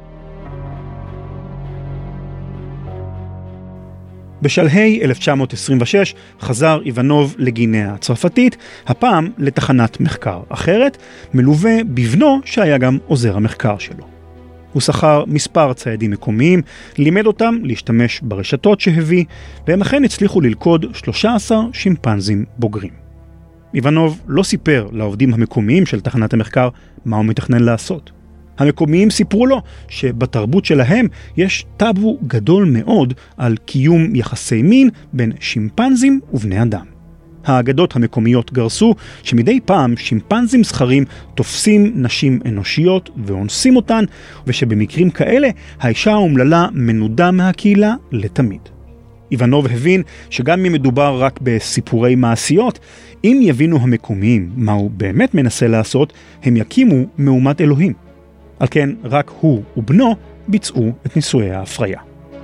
בשלהי 1926 חזר איוונוב לגינאה הצרפתית, הפעם לתחנת מחקר אחרת, מלווה בבנו שהיה גם עוזר המחקר שלו. הוא שכר מספר ציידים מקומיים, לימד אותם להשתמש ברשתות שהביא, והם אכן הצליחו ללכוד 13 שימפנזים בוגרים. איוונוב לא סיפר לעובדים המקומיים של תחנת המחקר מה הוא מתכנן לעשות. המקומיים סיפרו לו שבתרבות שלהם יש טאבו גדול מאוד על קיום יחסי מין בין שימפנזים ובני אדם. האגדות המקומיות גרסו שמדי פעם שימפנזים זכרים תופסים נשים אנושיות ואונסים אותן, ושבמקרים כאלה האישה האומללה מנודה מהקהילה לתמיד. איוונוב הבין שגם אם מדובר רק בסיפורי מעשיות, אם יבינו המקומיים מה הוא באמת מנסה לעשות, הם יקימו מהומת אלוהים. על כן רק הוא ובנו ביצעו את ניסויי ההפריה.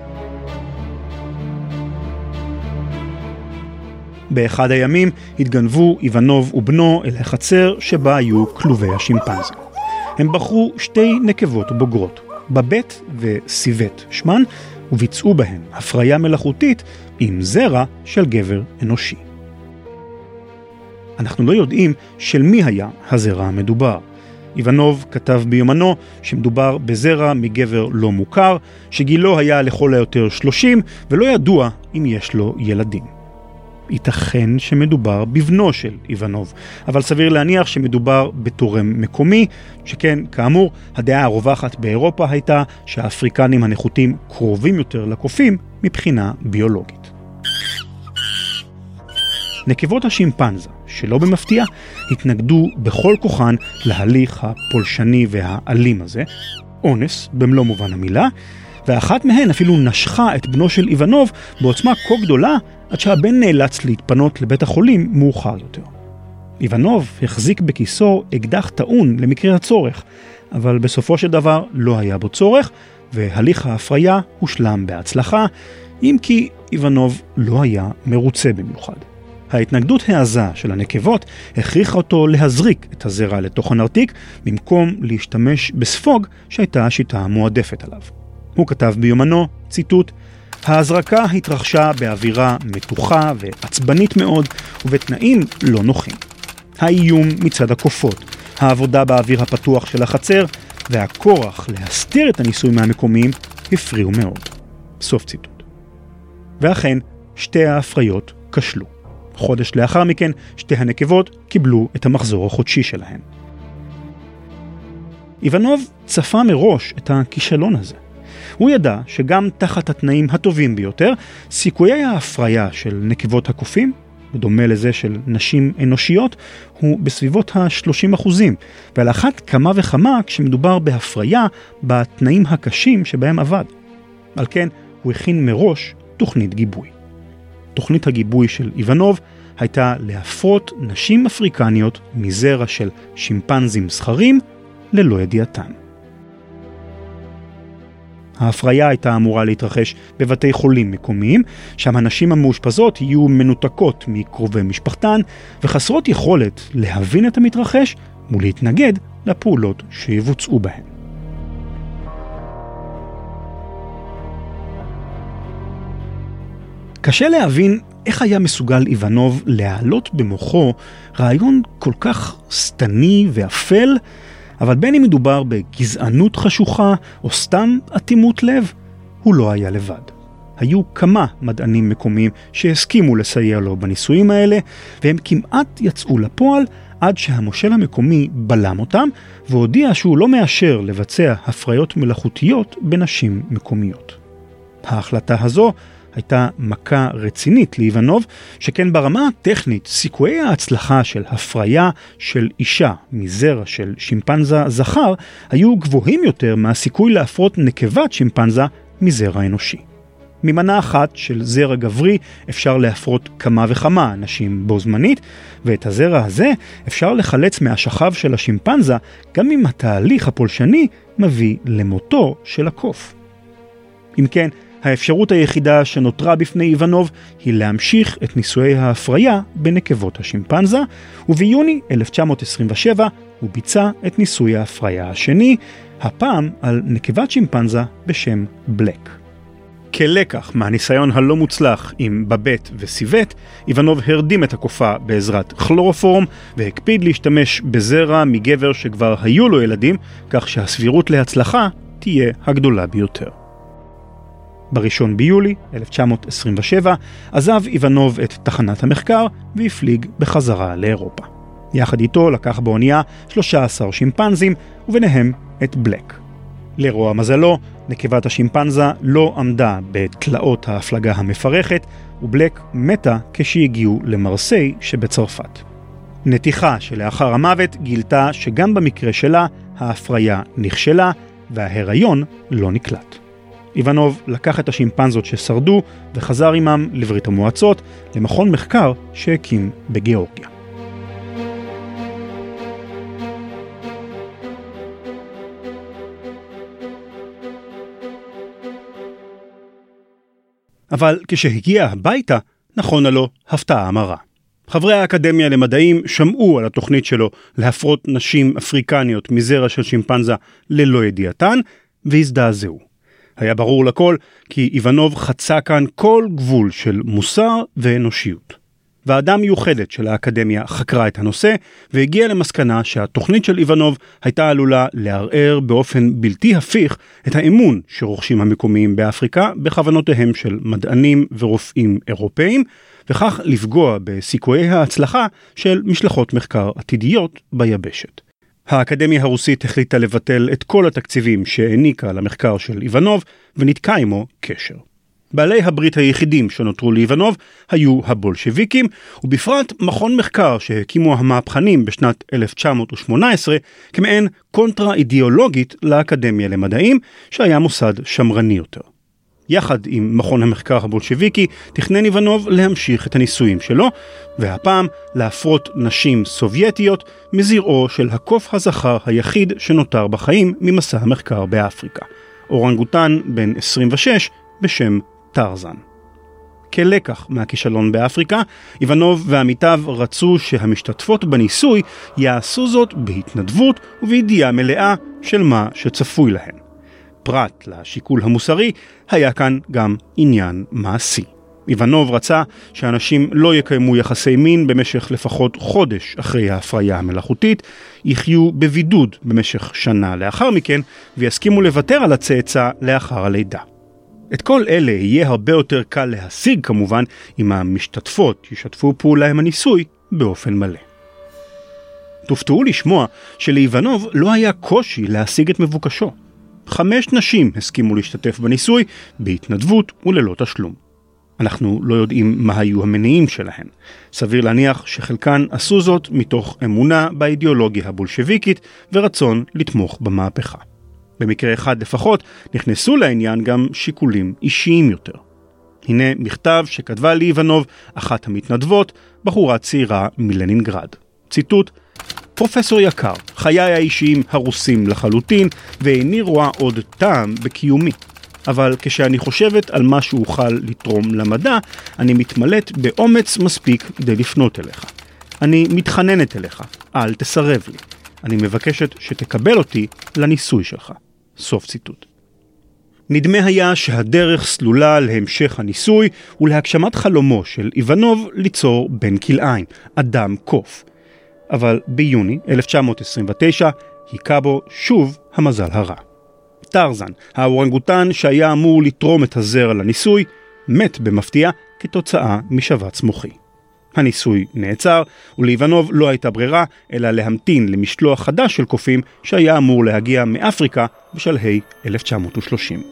באחד הימים התגנבו איוונוב ובנו אל החצר שבה היו כלובי השימפנזים. הם בחרו שתי נקבות בוגרות, בבט וסיבט שמן, וביצעו בהן הפריה מלאכותית עם זרע של גבר אנושי. אנחנו לא יודעים של מי היה הזרע המדובר. איוונוב כתב ביומנו שמדובר בזרע מגבר לא מוכר, שגילו היה לכל היותר 30 ולא ידוע אם יש לו ילדים. ייתכן שמדובר בבנו של איוונוב, אבל סביר להניח שמדובר בתורם מקומי, שכן כאמור הדעה הרווחת באירופה הייתה שהאפריקנים הנחותים קרובים יותר לקופים מבחינה ביולוגית. נקבות השימפנזה, שלא במפתיע, התנגדו בכל כוחן להליך הפולשני והאלים הזה, אונס במלוא מובן המילה, ואחת מהן אפילו נשכה את בנו של איוונוב בעוצמה כה גדולה, עד שהבן נאלץ להתפנות לבית החולים מאוחר יותר. איוונוב החזיק בכיסו אקדח טעון למקרה הצורך, אבל בסופו של דבר לא היה בו צורך, והליך ההפריה הושלם בהצלחה, אם כי איוונוב לא היה מרוצה במיוחד. ההתנגדות העזה של הנקבות הכריחה אותו להזריק את הזרע לתוך הנרתיק, במקום להשתמש בספוג שהייתה השיטה המועדפת עליו. הוא כתב ביומנו, ציטוט, ההזרקה התרחשה באווירה מתוחה ועצבנית מאוד ובתנאים לא נוחים. האיום מצד הקופות, העבודה באוויר הפתוח של החצר והכורח להסתיר את הניסוי מהמקומיים הפריעו מאוד. סוף ציטוט. ואכן, שתי ההפריות כשלו. חודש לאחר מכן, שתי הנקבות קיבלו את המחזור החודשי שלהן. איוונוב צפה מראש את הכישלון הזה. הוא ידע שגם תחת התנאים הטובים ביותר, סיכויי ההפריה של נקבות הקופים, בדומה לזה של נשים אנושיות, הוא בסביבות ה-30%, ועל אחת כמה וכמה כשמדובר בהפריה בתנאים הקשים שבהם עבד. על כן, הוא הכין מראש תוכנית גיבוי. תוכנית הגיבוי של איוונוב הייתה להפרות נשים אפריקניות מזרע של שימפנזים זכרים ללא ידיעתן. ההפריה הייתה אמורה להתרחש בבתי חולים מקומיים, שם הנשים המאושפזות יהיו מנותקות מקרובי משפחתן וחסרות יכולת להבין את המתרחש ולהתנגד לפעולות שיבוצעו בהן. קשה להבין איך היה מסוגל איוונוב להעלות במוחו רעיון כל כך סתני ואפל, אבל בין אם מדובר בגזענות חשוכה או סתם אטימות לב, הוא לא היה לבד. היו כמה מדענים מקומיים שהסכימו לסייע לו בניסויים האלה, והם כמעט יצאו לפועל עד שהמושל המקומי בלם אותם, והודיע שהוא לא מאשר לבצע הפריות מלאכותיות בנשים מקומיות. ההחלטה הזו הייתה מכה רצינית לאיוונוב, שכן ברמה הטכנית סיכויי ההצלחה של הפריה של אישה מזרע של שימפנזה זכר היו גבוהים יותר מהסיכוי להפרות נקבת שימפנזה מזרע אנושי. ממנה אחת של זרע גברי אפשר להפרות כמה וכמה אנשים בו זמנית, ואת הזרע הזה אפשר לחלץ מהשכב של השימפנזה גם אם התהליך הפולשני מביא למותו של הקוף. אם כן, האפשרות היחידה שנותרה בפני איוונוב היא להמשיך את ניסויי ההפריה בנקבות השימפנזה, וביוני 1927 הוא ביצע את ניסוי ההפריה השני, הפעם על נקבת שימפנזה בשם בלק. כלקח מהניסיון הלא מוצלח עם בבט וסיבט, איוונוב הרדים את הקופה בעזרת כלורופורם והקפיד להשתמש בזרע מגבר שכבר היו לו ילדים, כך שהסבירות להצלחה תהיה הגדולה ביותר. ב1 ביולי 1927 עזב איוונוב את תחנת המחקר והפליג בחזרה לאירופה. יחד איתו לקח באונייה 13 שימפנזים וביניהם את בלק. לרוע מזלו, נקבת השימפנזה לא עמדה בתלאות ההפלגה המפרכת, ובלק מתה כשהגיעו למרסיי שבצרפת. נתיחה שלאחר המוות גילתה שגם במקרה שלה ההפריה נכשלה וההיריון לא נקלט. איוונוב לקח את השימפנזות ששרדו וחזר עמם לברית המועצות למכון מחקר שהקים בגיאורגיה. אבל כשהגיע הביתה, נכונה לו הפתעה מרה. חברי האקדמיה למדעים שמעו על התוכנית שלו להפרות נשים אפריקניות מזרע של שימפנזה ללא ידיעתן, והזדעזעו. היה ברור לכל כי איוונוב חצה כאן כל גבול של מוסר ואנושיות. ועדה מיוחדת של האקדמיה חקרה את הנושא, והגיעה למסקנה שהתוכנית של איוונוב הייתה עלולה לערער באופן בלתי הפיך את האמון שרוכשים המקומיים באפריקה בכוונותיהם של מדענים ורופאים אירופאים, וכך לפגוע בסיכויי ההצלחה של משלחות מחקר עתידיות ביבשת. האקדמיה הרוסית החליטה לבטל את כל התקציבים שהעניקה למחקר של איוונוב ונתקע עמו קשר. בעלי הברית היחידים שנותרו לאיוונוב היו הבולשביקים, ובפרט מכון מחקר שהקימו המהפכנים בשנת 1918 כמעין קונטרה אידיאולוגית לאקדמיה למדעים, שהיה מוסד שמרני יותר. יחד עם מכון המחקר הבולשביקי תכנן איוונוב להמשיך את הניסויים שלו, והפעם להפרות נשים סובייטיות מזרעו של הקוף הזכר היחיד שנותר בחיים ממסע המחקר באפריקה, אורנגוטן בן 26 בשם טרזן. כלקח מהכישלון באפריקה, איוונוב ועמיתיו רצו שהמשתתפות בניסוי יעשו זאת בהתנדבות ובידיעה מלאה של מה שצפוי להן. פרט לשיקול המוסרי, היה כאן גם עניין מעשי. איוונוב רצה שאנשים לא יקיימו יחסי מין במשך לפחות חודש אחרי ההפריה המלאכותית, יחיו בבידוד במשך שנה לאחר מכן, ויסכימו לוותר על הצאצא לאחר הלידה. את כל אלה יהיה הרבה יותר קל להשיג כמובן אם המשתתפות ישתפו פעולה עם הניסוי באופן מלא. תופתעו לשמוע שלאיוונוב לא היה קושי להשיג את מבוקשו. 5 נשים הסכימו להשתתף בניסוי בהתנדבות וללא תשלום. אנחנו לא יודעים מה היו המניעים שלהן. סביר להניח שחלקן עשו זאת מתוך אמונה באידיאולוגיה הבולשביקית ורצון לתמוך במהפכה. במקרה אחד לפחות נכנסו לעניין גם שיקולים אישיים יותר. הנה מכתב שכתבה לאיוונוב אחת המתנדבות, בחורה צעירה מלנינגרד. ציטוט: פרופסור יקר, חיי האישיים הרוסים לחלוטין ואיני רואה עוד טעם בקיומי. אבל כשאני חושבת על מה שאוכל לתרום למדע, אני מתמלאת באומץ מספיק כדי לפנות אליך. אני מתחננת אליך, אל תסרב לי. אני מבקשת שתקבל אותי לניסוי שלך. סוף ציטוט. נדמה היה שהדרך סלולה להמשך הניסוי ולהגשמת חלומו של איוונוב ליצור בן כלאיים, אדם קוף. אבל ביוני 1929 היכה בו שוב המזל הרע. טרזן, האורנגוטן שהיה אמור לתרום את הזרע לניסוי, מת במפתיע כתוצאה משבץ מוחי. הניסוי נעצר, ולאיוונוב לא הייתה ברירה אלא להמתין למשלוח חדש של קופים שהיה אמור להגיע מאפריקה בשלהי 1930.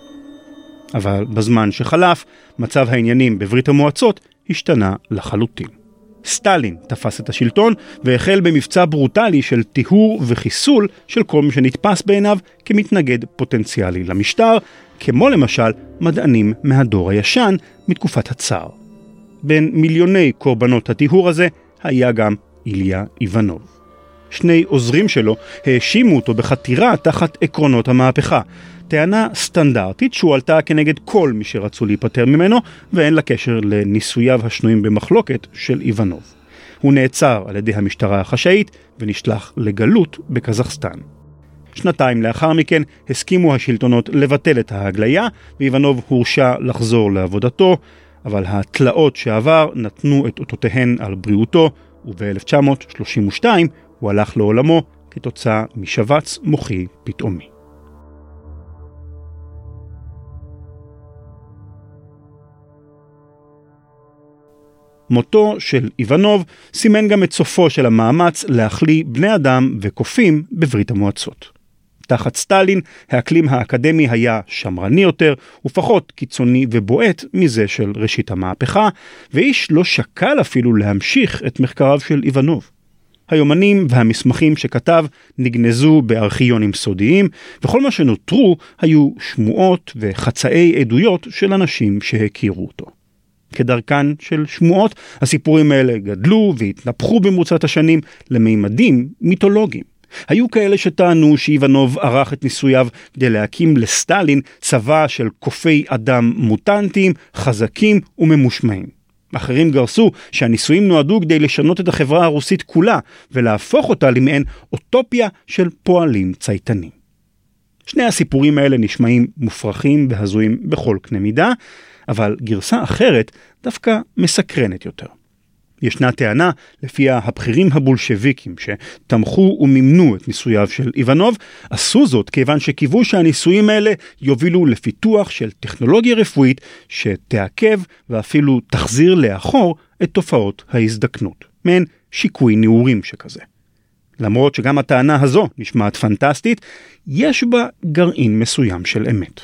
אבל בזמן שחלף, מצב העניינים בברית המועצות השתנה לחלוטין. סטלין תפס את השלטון והחל במבצע ברוטלי של טיהור וחיסול של כל מי שנתפס בעיניו כמתנגד פוטנציאלי למשטר, כמו למשל מדענים מהדור הישן מתקופת הצאר. בין מיליוני קורבנות הטיהור הזה היה גם איליה איוונוב. 2 עוזרים שלו האשימו אותו בחתירה תחת עקרונות המהפכה, טענה סטנדרטית שהועלתה כנגד כל מי שרצו להיפטר ממנו, ואין לה קשר לניסוייו השנויים במחלוקת של איוונוב. הוא נעצר על ידי המשטרה החשאית ונשלח לגלות בקזחסטן. 2 לאחר מכן הסכימו השלטונות לבטל את ההגליה, ואיוונוב הורשע לחזור לעבודתו, אבל התלאות שעבר נתנו את אותותיהן על בריאותו, וב-1932 הוא הלך לעולמו כתוצאה משבץ מוחי פתאומי. מותו של איוונוב סימן גם את סופו של המאמץ להחליא בני אדם וקופים בברית המועצות. תחת סטלין האקלים האקדמי היה שמרני יותר ופחות קיצוני ובועט מזה של ראשית המהפכה, ואיש לא שקל אפילו להמשיך את מחקריו של איוונוב. היומנים והמסמכים שכתב נגנזו בארכיונים סודיים, וכל מה שנותרו היו שמועות וחצאי עדויות של אנשים שהכירו אותו. כדרכן של שמועות, הסיפורים האלה גדלו והתנפחו במרוצת השנים לממדים מיתולוגיים. היו כאלה שטענו שאיוונוב ערך את ניסוייו כדי להקים לסטלין צבא של קופי אדם מוטנטיים, חזקים וממושמעים. אחרים גרסו שהניסויים נועדו כדי לשנות את החברה הרוסית כולה ולהפוך אותה למעין אוטופיה של פועלים צייתנים. שני הסיפורים האלה נשמעים מופרכים והזויים בכל קנה מידה, אבל גרסה אחרת דווקא מסקרנת יותר. ישנה טענה לפיה הבכירים הבולשביקים שתמכו ומימנו את ניסוייו של איוונוב עשו זאת כיוון שקיוו שהניסויים האלה יובילו לפיתוח של טכנולוגיה רפואית שתעכב ואפילו תחזיר לאחור את תופעות ההזדקנות, מעין שיקוי נעורים שכזה. למרות שגם הטענה הזו נשמעת פנטסטית, יש בה גרעין מסוים של אמת.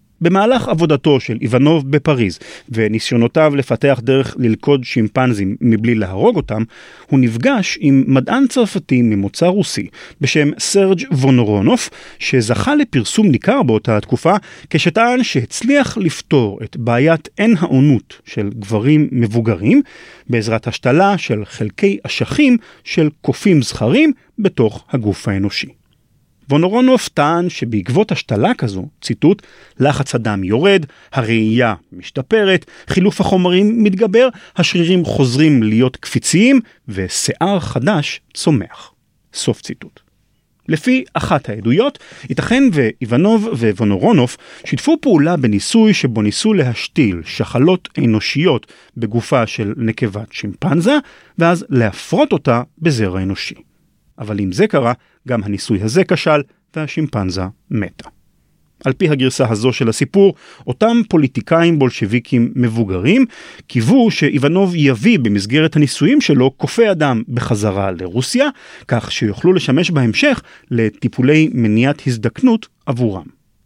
במהלך עבודתו של איוונוב בפריז וניסיונותיו לפתח דרך ללכוד שימפנזים מבלי להרוג אותם, הוא נפגש עם מדען צרפתי ממוצא רוסי בשם סרג' וונורונוב, שזכה לפרסום ניכר באותה התקופה כשטען שהצליח לפתור את בעיית אין העונות של גברים מבוגרים בעזרת השתלה של חלקי אשכים של קופים זכרים בתוך הגוף האנושי. וונורונוב טען שבעקבות השתלה כזו, ציטוט, לחץ הדם יורד, הראייה משתפרת, חילוף החומרים מתגבר, השרירים חוזרים להיות קפיציים, ושיער חדש צומח. סוף ציטוט. לפי אחת העדויות, ייתכן ואיוונוב ווונורונוב שיתפו פעולה בניסוי שבו ניסו להשתיל שחלות אנושיות בגופה של נקבת שימפנזה, ואז להפרות אותה בזרע אנושי. אבל אם זה קרה, גם הניסוי הזה כשל והשימפנזה מתה. על פי הגרסה הזו של הסיפור, אותם פוליטיקאים בולשביקים מבוגרים קיוו שאיוונוב יביא במסגרת הניסויים שלו קופי אדם בחזרה לרוסיה, כך שיוכלו לשמש בהמשך לטיפולי מניעת הזדקנות עבורם.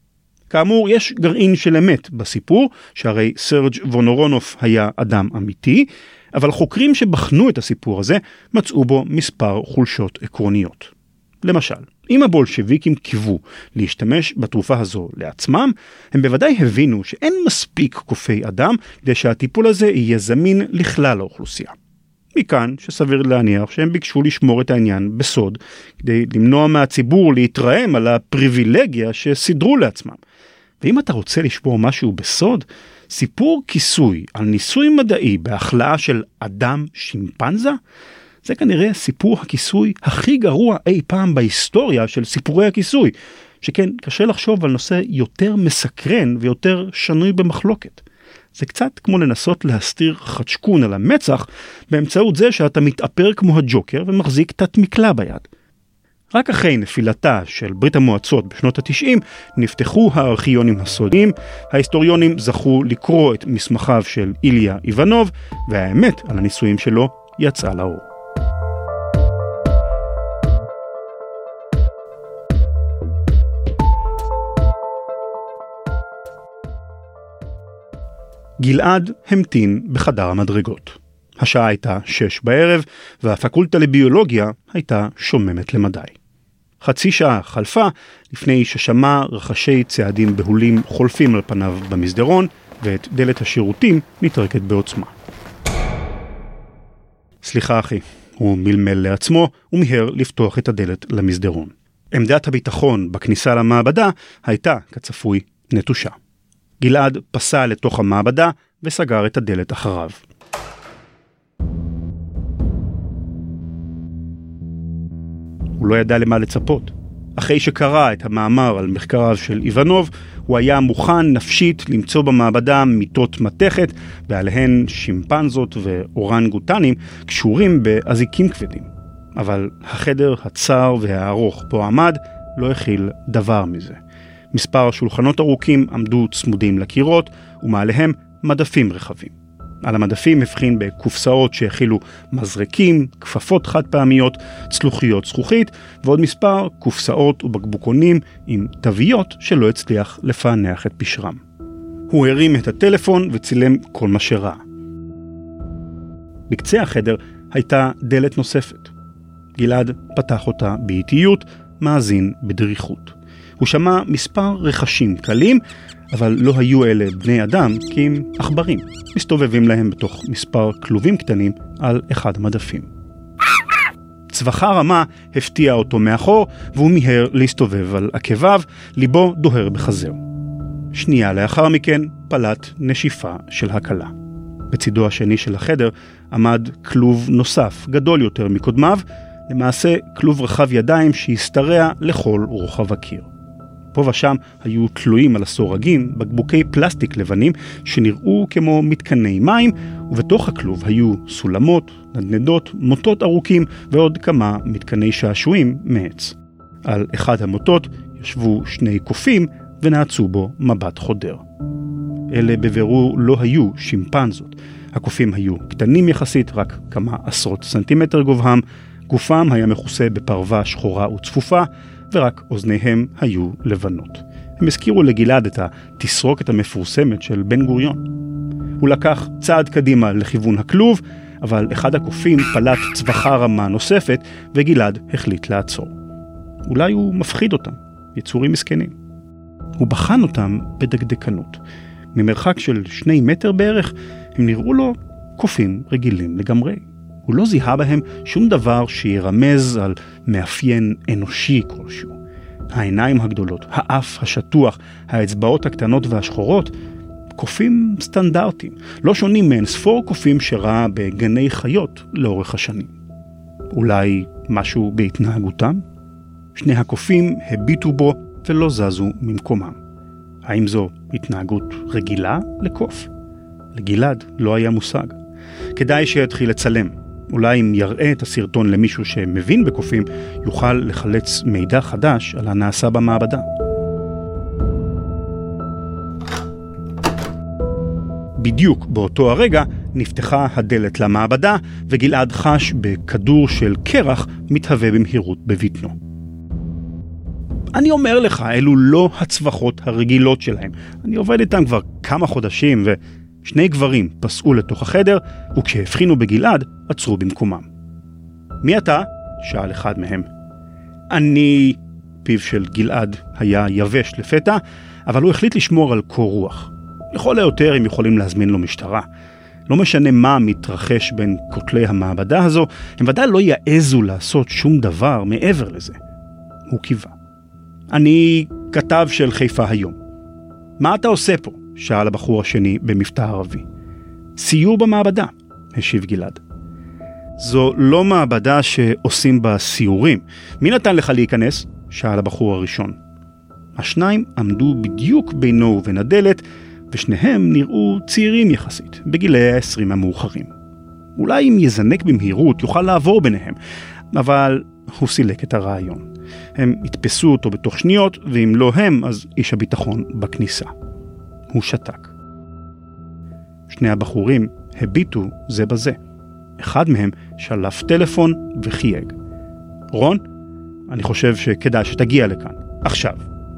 כאמור, יש גרעין של אמת בסיפור, שהרי סרג' וונורונוב היה אדם אמיתי, אבל חוקרים שבחנו את הסיפור הזה מצאו בו מספר חולשות עקרוניות. למשל, אם הבולשביקים קיוו להשתמש בתרופה הזו לעצמם, הם בוודאי הבינו שאין מספיק קופי אדם כדי שהטיפול הזה יהיה זמין לכלל האוכלוסייה. מכאן שסביר להניח שהם ביקשו לשמור את העניין בסוד, כדי למנוע מהציבור להתרעם על הפריבילגיה שסידרו לעצמם. ואם אתה רוצה לשמור משהו בסוד, סיפור כיסוי על ניסוי מדעי בהחלאה של אדם שימפנזה, זה כנראה סיפור הכיסוי הכי גרוע אי פעם בהיסטוריה של סיפורי הכיסוי, שכן קשה לחשוב על נושא יותר מסקרן ויותר שנוי במחלוקת. זה קצת כמו לנסות להסתיר חדשקון על המצח באמצעות זה שאתה מתאפר כמו הג'וקר ומחזיק תת מקלה ביד. רק אחרי נפילתה של ברית המועצות בשנות ה-90 נפתחו הארכיונים הסודיים, ההיסטוריונים זכו לקרוא את מסמכיו של איליה איוונוב, והאמת על הניסויים שלו יצאה לאור. גלעד המתין בחדר המדרגות. השעה הייתה 6 בערב, והפקולטה לביולוגיה הייתה שוממת למדי. חצי שעה חלפה לפני ששמע רחשי צעדים בהולים חולפים על פניו במסדרון, ואת דלת השירותים נטרקת בעוצמה. סליחה אחי, הוא מלמל לעצמו ומיהר לפתוח את הדלת למסדרון. עמדת הביטחון בכניסה למעבדה הייתה, כצפוי, נטושה. גלעד פסע לתוך המעבדה וסגר את הדלת אחריו. הוא לא ידע למה לצפות. אחרי שקרא את המאמר על מחקריו של איוונוב, הוא היה מוכן נפשית למצוא במעבדה מיטות מתכת, ועליהן שימפנזות ואורנגוטנים קשורים באזיקים כבדים. אבל החדר הצר והארוך בו עמד לא הכיל דבר מזה. מספר שולחנות ארוכים עמדו צמודים לקירות, ומעליהם מדפים רחבים. על המדפים הבחין בקופסאות שהכילו מזרקים, כפפות חד פעמיות, צלוחיות זכוכית, ועוד מספר קופסאות ובקבוקונים עם תוויות שלא הצליח לפענח את פשרם. הוא הרים את הטלפון וצילם כל מה שראה. בקצה החדר הייתה דלת נוספת. גלעד פתח אותה באיטיות, מאזין בדריכות. הוא שמע מספר רכשים קלים, אבל לא היו אלה בני אדם, כי הם עכברים, מסתובבים להם בתוך מספר כלובים קטנים על אחד המדפים. צווחה רמה הפתיע אותו מאחור, והוא מיהר להסתובב על עקביו, ליבו דוהר בחזר. שנייה לאחר מכן פלט נשיפה של הקלה. בצידו השני של החדר עמד כלוב נוסף, גדול יותר מקודמיו, למעשה כלוב רחב ידיים שהסתרע לכל רוחב הקיר. פה ושם היו תלויים על הסורגים בקבוקי פלסטיק לבנים שנראו כמו מתקני מים, ובתוך הכלוב היו סולמות, נדנדות, מוטות ארוכים ועוד כמה מתקני שעשועים מעץ. על אחד המוטות ישבו שני קופים ונעצו בו מבט חודר. אלה בבירור לא היו שימפנזות. הקופים היו קטנים יחסית, רק כמה עשרות סנטימטר גובהם, גופם היה מכוסה בפרווה שחורה וצפופה, ורק אוזניהם היו לבנות. הם הזכירו לגלעד את התסרוקת המפורסמת של בן גוריון. הוא לקח צעד קדימה לכיוון הכלוב, אבל אחד הקופים פלט צווחה רמה נוספת, וגלעד החליט לעצור. אולי הוא מפחיד אותם, יצורים מסכנים. הוא בחן אותם בדקדקנות. ממרחק של 2 מטר בערך, הם נראו לו קופים רגילים לגמרי. הוא לא זיהה בהם שום דבר שירמז על מאפיין אנושי כלשהו. העיניים הגדולות, האף השטוח, האצבעות הקטנות והשחורות, קופים סטנדרטיים, לא שונים מהן ספור קופים שראה בגני חיות לאורך השנים. אולי משהו בהתנהגותם? שני הקופים הביטו בו ולא זזו ממקומם. האם זו התנהגות רגילה לקוף? לגלעד לא היה מושג. כדאי שיתחיל לצלם. אולי אם יראה את הסרטון למישהו שמבין בקופים, יוכל לחלץ מידע חדש על הנעשה במעבדה. בדיוק באותו הרגע נפתחה הדלת למעבדה, וגלעד חש בכדור של קרח מתהווה במהירות בבטנו. אני אומר לך, אלו לא הצווחות הרגילות שלהם. אני עובד איתם כבר כמה חודשים, ושני גברים פסעו לתוך החדר, וכשהבחינו בגלעד, עצרו במקומם. מי אתה? שאל אחד מהם. אני... פיו של גלעד היה יבש לפתע, אבל הוא החליט לשמור על קור רוח. לכל היותר הם יכולים להזמין לו משטרה. לא משנה מה מתרחש בין כותלי המעבדה הזו, הם ודאי לא יעזו לעשות שום דבר מעבר לזה. הוא קיווה. אני כתב של חיפה היום. מה אתה עושה פה? שאל הבחור השני במבטא ערבי. סיור במעבדה, השיב גלעד. זו לא מעבדה שעושים בה סיורים. מי נתן לך להיכנס? שאל הבחור הראשון. השניים עמדו בדיוק בינו ובין הדלת, ושניהם נראו צעירים יחסית, בגילי ה-20 המאוחרים. אולי אם יזנק במהירות יוכל לעבור ביניהם, אבל הוא סילק את הרעיון. הם התפסו אותו בתוך שניות, ואם לא הם, אז איש הביטחון בכניסה. הוא שתק. שני הבחורים הביטו זה בזה. אחד מהם שלף טלפון וחייג. רון, אני חושב שכדאי שתגיע לכאן. עכשיו.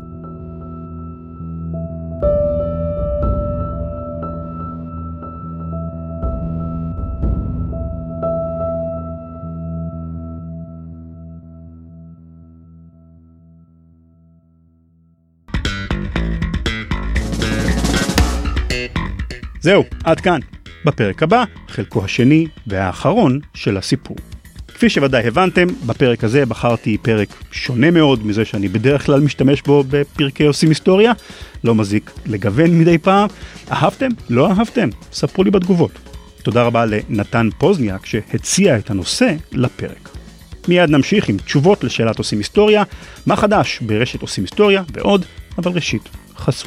זהו, עד כאן. בפרק הבא, חלקו השני והאחרון של הסיפור. כפי שוודאי הבנתם, בפרק הזה בחרתי פרק שונה מאוד מזה שאני בדרך כלל משתמש בו בפרקי עושים היסטוריה. לא מזיק לגוון מדי פעם. אהבתם? לא אהבתם? ספרו לי בתגובות. תודה רבה לנתן פוזניאק שהציע את הנושא לפרק. מיד נמשיך עם תשובות לשאלת עושים היסטוריה, מה חדש ברשת עושים היסטוריה ועוד, אבל ראשית, חסות.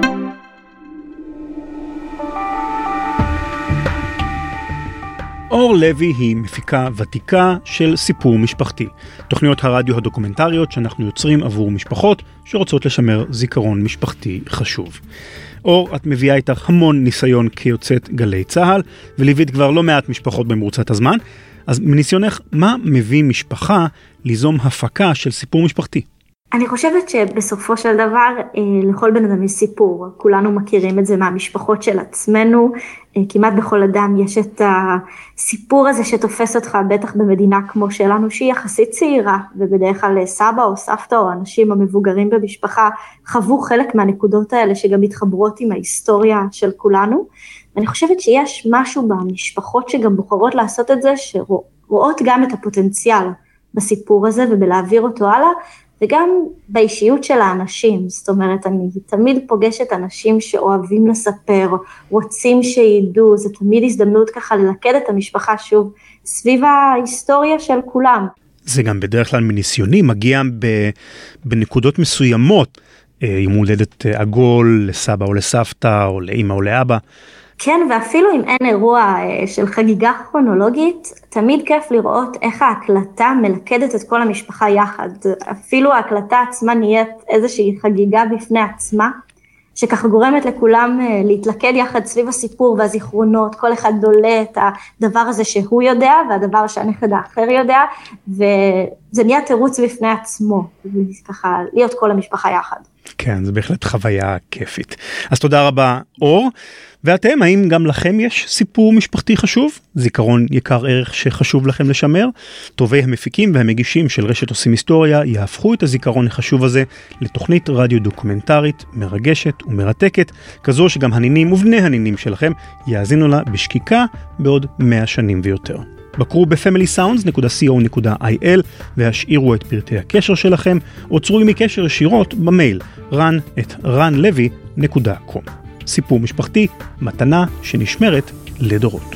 אור לוי היא מפיקה ותיקה של סיפור משפחתי, תוכניות הרדיו הדוקומנטריות שאנחנו יוצרים עבור משפחות שרוצות לשמר זיכרון משפחתי חשוב. אור, את מביאה איתך המון ניסיון כיוצאת גלי צהל, וליווית כבר לא מעט משפחות במרוצת הזמן, אז מניסיונך, מה מביא משפחה ליזום הפקה של סיפור משפחתי? אני חושבת שבסופו של דבר לכל בן אדם יש סיפור, כולנו מכירים את זה מהמשפחות של עצמנו, כמעט בכל אדם יש את הסיפור הזה שתופס אותך, בטח במדינה כמו שלנו שהיא יחסית צעירה, ובדרך כלל סבא או סבתא או אנשים המבוגרים במשפחה חוו חלק מהנקודות האלה שגם מתחברות עם ההיסטוריה של כולנו, ואני חושבת שיש משהו במשפחות שגם בוחרות לעשות את זה, שרואות גם את הפוטנציאל בסיפור הזה ובלהעביר אותו הלאה, וגם באישיות של האנשים, זאת אומרת, אני תמיד פוגשת אנשים שאוהבים לספר, רוצים שידעו, זה תמיד הזדמנות ככה ללכד את המשפחה שוב, סביב ההיסטוריה של כולם. זה גם בדרך כלל מניסיוני, מגיע בנקודות מסוימות, עם הולדת עגול לסבא או לסבתא, או לאמא או לאבא. כן, ואפילו אם אין אירוע של חגיגה כרונולוגית, תמיד כיף לראות איך ההקלטה מלכדת את כל המשפחה יחד. אפילו ההקלטה עצמה נהיית איזושהי חגיגה בפני עצמה, שככה גורמת לכולם להתלכד יחד סביב הסיפור והזיכרונות, כל אחד דולה את הדבר הזה שהוא יודע, והדבר שהנכד האחר יודע, וזה נהיה תירוץ בפני עצמו, ככה להיות כל המשפחה יחד. כן, זה בהחלט חוויה כיפית. אז תודה רבה, אור. ואתם, האם גם לכם יש סיפור משפחתי חשוב? זיכרון יקר ערך שחשוב לכם לשמר? טובי המפיקים והמגישים של רשת עושים היסטוריה יהפכו את הזיכרון החשוב הזה לתוכנית רדיו דוקומנטרית מרגשת ומרתקת, כזו שגם הנינים ובני הנינים שלכם יאזינו לה בשקיקה בעוד 100 שנים ויותר. בקרו ב-familysounds.co.il והשאירו את פרטי הקשר שלכם, או צרו עמי קשר ישירות במייל ran@ranlevy.com. סיפור משפחתי, מתנה שנשמרת לדורות.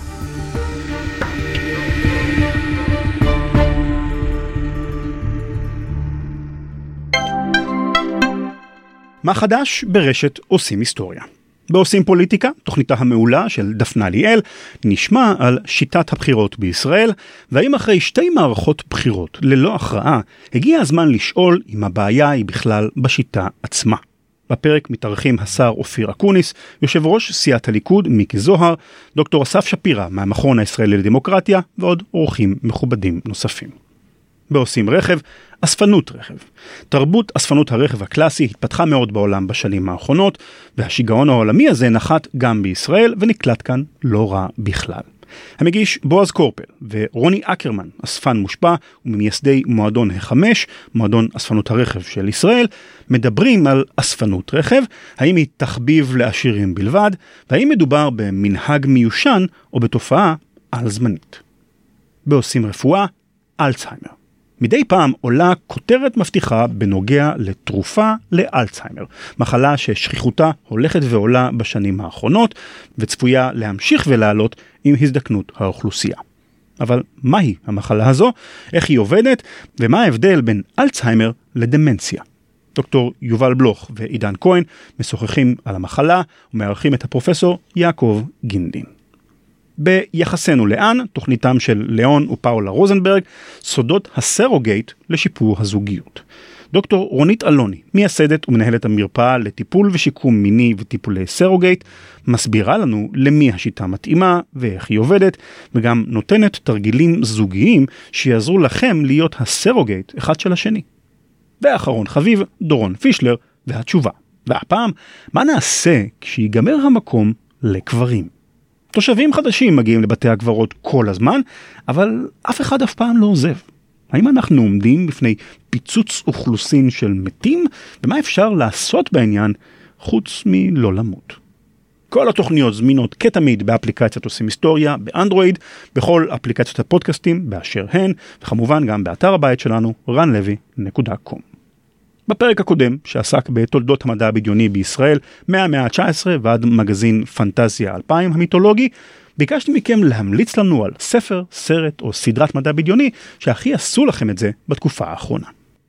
מה חדש ברשת עושים היסטוריה? בעושים פוליטיקה, תוכניתה המעולה של דפנה ליאל, נשמע על שיטת הבחירות בישראל, והאם אחרי 2 מערכות בחירות ללא הכרעה, הגיע הזמן לשאול אם הבעיה היא בכלל בשיטה עצמה. בפרק מתארחים השר אופיר אקוניס, יושב ראש סיעת הליכוד מיקי זוהר, דוקטור אסף שפירא מהמכון הישראלי לדמוקרטיה, ועוד אורחים מכובדים נוספים. בעושים רכב, אספנות רכב. תרבות אספנות הרכב הקלאסי התפתחה מאוד בעולם בשנים האחרונות, והשיגעון העולמי הזה נחת גם בישראל ונקלט כאן לא רע בכלל. המגיש בועז קורפל ורוני אקרמן, אספן מושפע וממייסדי מועדון ה5, מועדון אספנות הרכב של ישראל, מדברים על אספנות רכב, האם היא תחביב לעשירים בלבד, והאם מדובר במנהג מיושן או בתופעה על זמנית. בעושים רפואה, אלצהיימר. מדי פעם עולה כותרת מבטיחה בנוגע לתרופה לאלצהיימר, מחלה ששכיחותה הולכת ועולה בשנים האחרונות, וצפויה להמשיך ולעלות עם הזדקנות האוכלוסייה. אבל מהי המחלה הזו, איך היא עובדת, ומה ההבדל בין אלצהיימר לדמנציה? דוקטור יובל בלוך ועידן כהן משוחחים על המחלה ומארחים את הפרופסור יעקב גינדין. ביחסנו לאן, תוכניתם של ליאון ופאולה רוזנברג, סודות הסרוגייט לשיפור הזוגיות. דוקטור רונית אלוני, מייסדת ומנהלת המרפאה לטיפול ושיקום מיני וטיפולי סרוגייט, מסבירה לנו למי השיטה מתאימה ואיך היא עובדת, וגם נותנת תרגילים זוגיים שיעזרו לכם להיות הסרוגייט אחד של השני. ואחרון חביב, דורון פישלר והתשובה. והפעם, מה נעשה כשיגמר המקום לקברים? תושבים חדשים מגיעים לבתי הקברות כל הזמן, אבל אף אחד אף פעם לא עוזב. האם אנחנו עומדים בפני פיצוץ אוכלוסין של מתים, ומה אפשר לעשות בעניין חוץ מלא למות? כל התוכניות זמינות כתמיד באפליקציית עושים היסטוריה, באנדרואיד, בכל אפליקציות הפודקאסטים באשר הן, וכמובן גם באתר הבית שלנו, ranlevy.com. בפרק הקודם, שעסק בתולדות המדע הבדיוני בישראל, מהמאה ה-19 ועד מגזין פנטזיה 2000 המיתולוגי, ביקשתי מכם להמליץ לנו על ספר, סרט או סדרת מדע בדיוני שהכי עשו לכם את זה בתקופה האחרונה.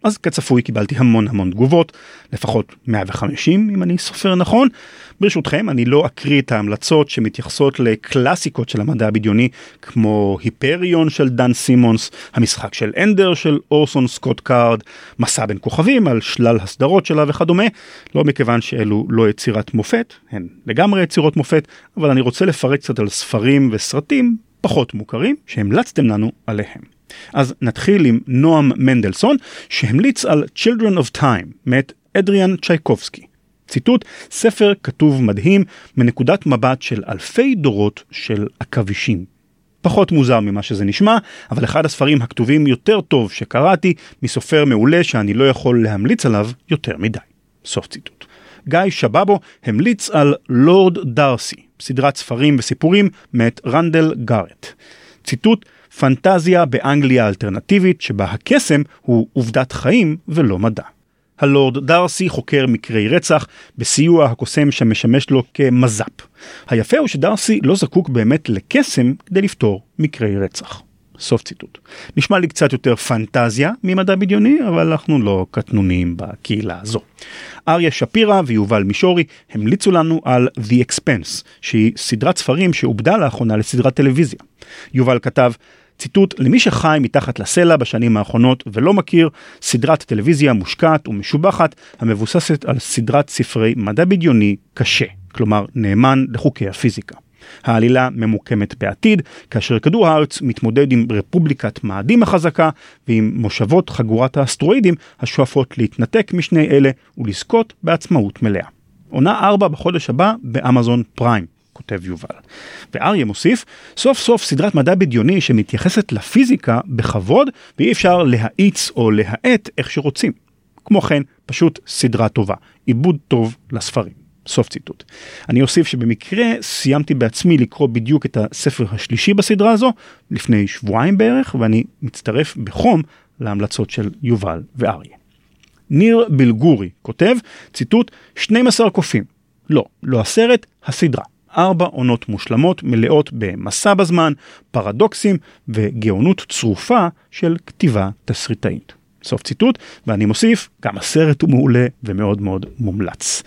אז כצפוי קיבלתי המון תגובות, לפחות 150 אם אני סופר נכון. ברשותכם, אני לא אקריא את ההמלצות שמתייחסות לקלאסיקות של המדע הבדיוני, כמו היפריון של דן סימונס, המשחק של אנדר של אורסון סקוט קארד, מסע בין כוכבים על שלל הסדרות שלה וכדומה, לא מכיוון שאלו לא יצירת מופת, הן לגמרי יצירות מופת, אבל אני רוצה לפרק קצת על ספרים וסרטים פחות מוכרים שהמלצתם לנו עליהם. אז נתחיל עם נועם מנדלסון, שהמליץ על Children of Time, מאת אדריאן צ'ייקובסקי. ציטוט, ספר כתוב מדהים מנקודת מבט של אלפי דורות של עכבישים. פחות מוזר ממה שזה נשמע, אבל אחד הספרים הכתובים יותר טוב שקראתי, מסופר מעולה שאני לא יכול להמליץ עליו יותר מדי. סוף ציטוט. גיא שבאבו המליץ על לורד דארסי, סדרת ספרים וסיפורים מאת רנדל גארט. ציטוט, פנטזיה באנגליה אלטרנטיבית שבה הקסם הוא עובדת חיים ולא מדע. הלורד דארסי חוקר מקרי רצח בסיוע הקוסם שמשמש לו כמז"פ. היפה הוא שדארסי לא זקוק באמת לקסם כדי לפתור מקרי רצח. סוף ציטוט. נשמע לי קצת יותר פנטזיה ממדע בדיוני, אבל אנחנו לא קטנונים בקהילה הזו. אריה שפירא ויובל מישורי המליצו לנו על The Expanse, שהיא סדרת ספרים שעובדה לאחרונה לסדרת טלוויזיה. יובל כתב, ציטוט, למי שחי מתחת לסלע בשנים האחרונות ולא מכיר, סדרת טלוויזיה מושקעת ומשובחת המבוססת על סדרת ספרי מדע בדיוני קשה, כלומר נאמן לחוקי הפיזיקה. העלילה ממוקמת בעתיד, כאשר כדור הארץ מתמודד עם רפובליקת מאדים החזקה ועם מושבות חגורת האסטרואידים השואפות להתנתק משני אלה ולזכות בעצמאות מלאה. עונה 4 בחודש הבא באמזון פריים, כותב יובל. ואריה מוסיף, סוף סוף סדרת מדע בדיוני שמתייחסת לפיזיקה בכבוד ואי אפשר להאיץ או להאט איך שרוצים. כמו כן, פשוט סדרה טובה, עיבוד טוב לספרים. סוף ציטוט. אני אוסיף שבמקרה סיימתי בעצמי לקרוא בדיוק את הספר השלישי בסדרה הזו, לפני שבועיים בערך, ואני מצטרף בחום להמלצות של יובל ואריה. ניר בלגורי כותב, ציטוט, 12 קופים. לא הסרט, הסדרה. 4 עונות מושלמות מלאות במסע בזמן, פרדוקסים וגאונות צרופה של כתיבה תסריטאית. סוף ציטוט, ואני מוסיף, גם הסרט הוא מעולה ומאוד מאוד מומלץ.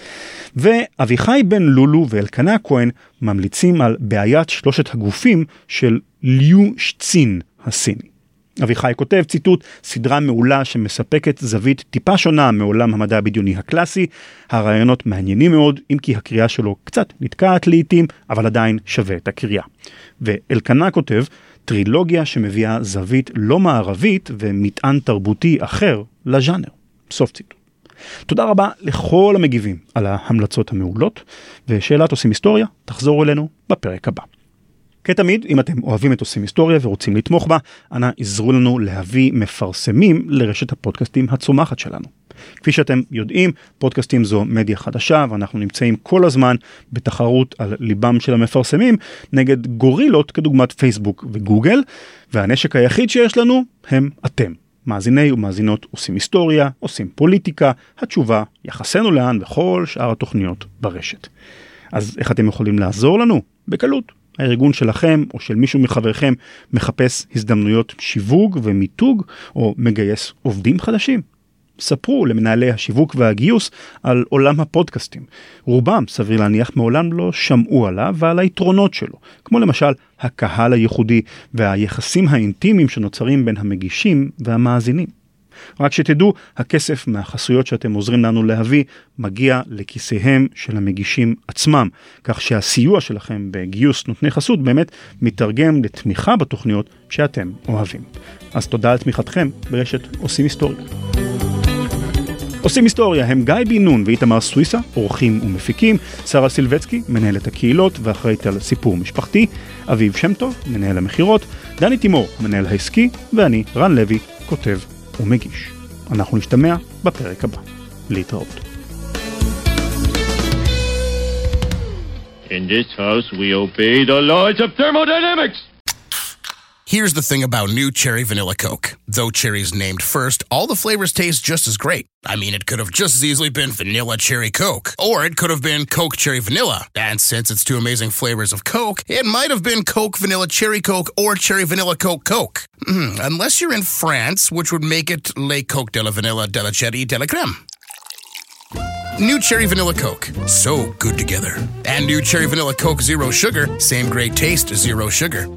ואביחי בן לולו ואלקנה כהן ממליצים על בעיית 3 הגופים של ליו שצין הסיני. אביחי כותב, ציטוט, סדרה מעולה שמספקת זווית טיפה שונה מעולם המדע הבדיוני הקלאסי, הרעיונות מעניינים מאוד, אם כי הקריאה שלו קצת נתקעת לעתים, אבל עדיין שווה את הקריאה. ואלקנה כותב, טרילוגיה שמביאה זווית לא מערבית ומטען תרבותי אחר לז'אנר. סוף ציטוט. תודה רבה לכל המגיבים על ההמלצות המעולות, ושאלת עושים היסטוריה תחזור אלינו בפרק הבא. כתמיד, אם אתם אוהבים את עושים היסטוריה ורוצים לתמוך בה, אנא עזרו לנו להביא מפרסמים לרשת הפודקאסטים הצומחת שלנו. כפי שאתם יודעים, פודקאסטים זו מדיה חדשה, ואנחנו נמצאים כל הזמן בתחרות על ליבם של המפרסמים נגד גורילות כדוגמת פייסבוק וגוגל, והנשק היחיד שיש לנו הם אתם. מאזיני ומאזינות עושים היסטוריה, עושים פוליטיקה, התשובה יחסנו לאן וכל שאר התוכניות ברשת. אז איך אתם יכולים לעזור לנו? בקלות. הארגון שלכם או של מישהו מחבריכם מחפש הזדמנויות שיווק ומיתוג או מגייס עובדים חדשים. ספרו למנהלי השיווק והגיוס על עולם הפודקאסטים. רובם, סביר להניח, מעולם לא שמעו עליו ועל היתרונות שלו, כמו למשל הקהל הייחודי והיחסים האינטימיים שנוצרים בין המגישים והמאזינים. רק שתדעו, הכסף מהחסויות שאתם עוזרים לנו להביא מגיע לכיסיהם של המגישים עצמם, כך שהסיוע שלכם בגיוס נותני חסות באמת מתרגם לתמיכה בתוכניות שאתם אוהבים. אז תודה על תמיכתכם ברשת עושים היסטוריה. עושים היסטוריה הם גיא בן נון ואיתמר סוויסה, עורכים ומפיקים, שרה סילבצקי, מנהלת הקהילות ואחראית על סיפור משפחתי, אביב שם טוב, מנהל המחירות, דני תימור, מנהל העסקי, ואני, רן לוי, כותב ומגיש. אנחנו נשתמע בפרק הבא. להתראות. In this house we obey the laws of thermodynamics. Here's the thing about new Cherry Vanilla Coke. Though cherry's named first, all the flavors taste just as great. I mean, it could have just as easily been Vanilla Cherry Coke, or it could have been Coke Cherry Vanilla. And since it's two amazing flavors of Coke, it might have been Coke Vanilla Cherry Coke or Cherry Vanilla Coke Coke. Unless you're in France, which would make it Le Coke de la Vanilla de la Cherry de la Crème. New Cherry Vanilla Coke. So good together. And new Cherry Vanilla Coke Zero Sugar. Same great taste, zero sugar.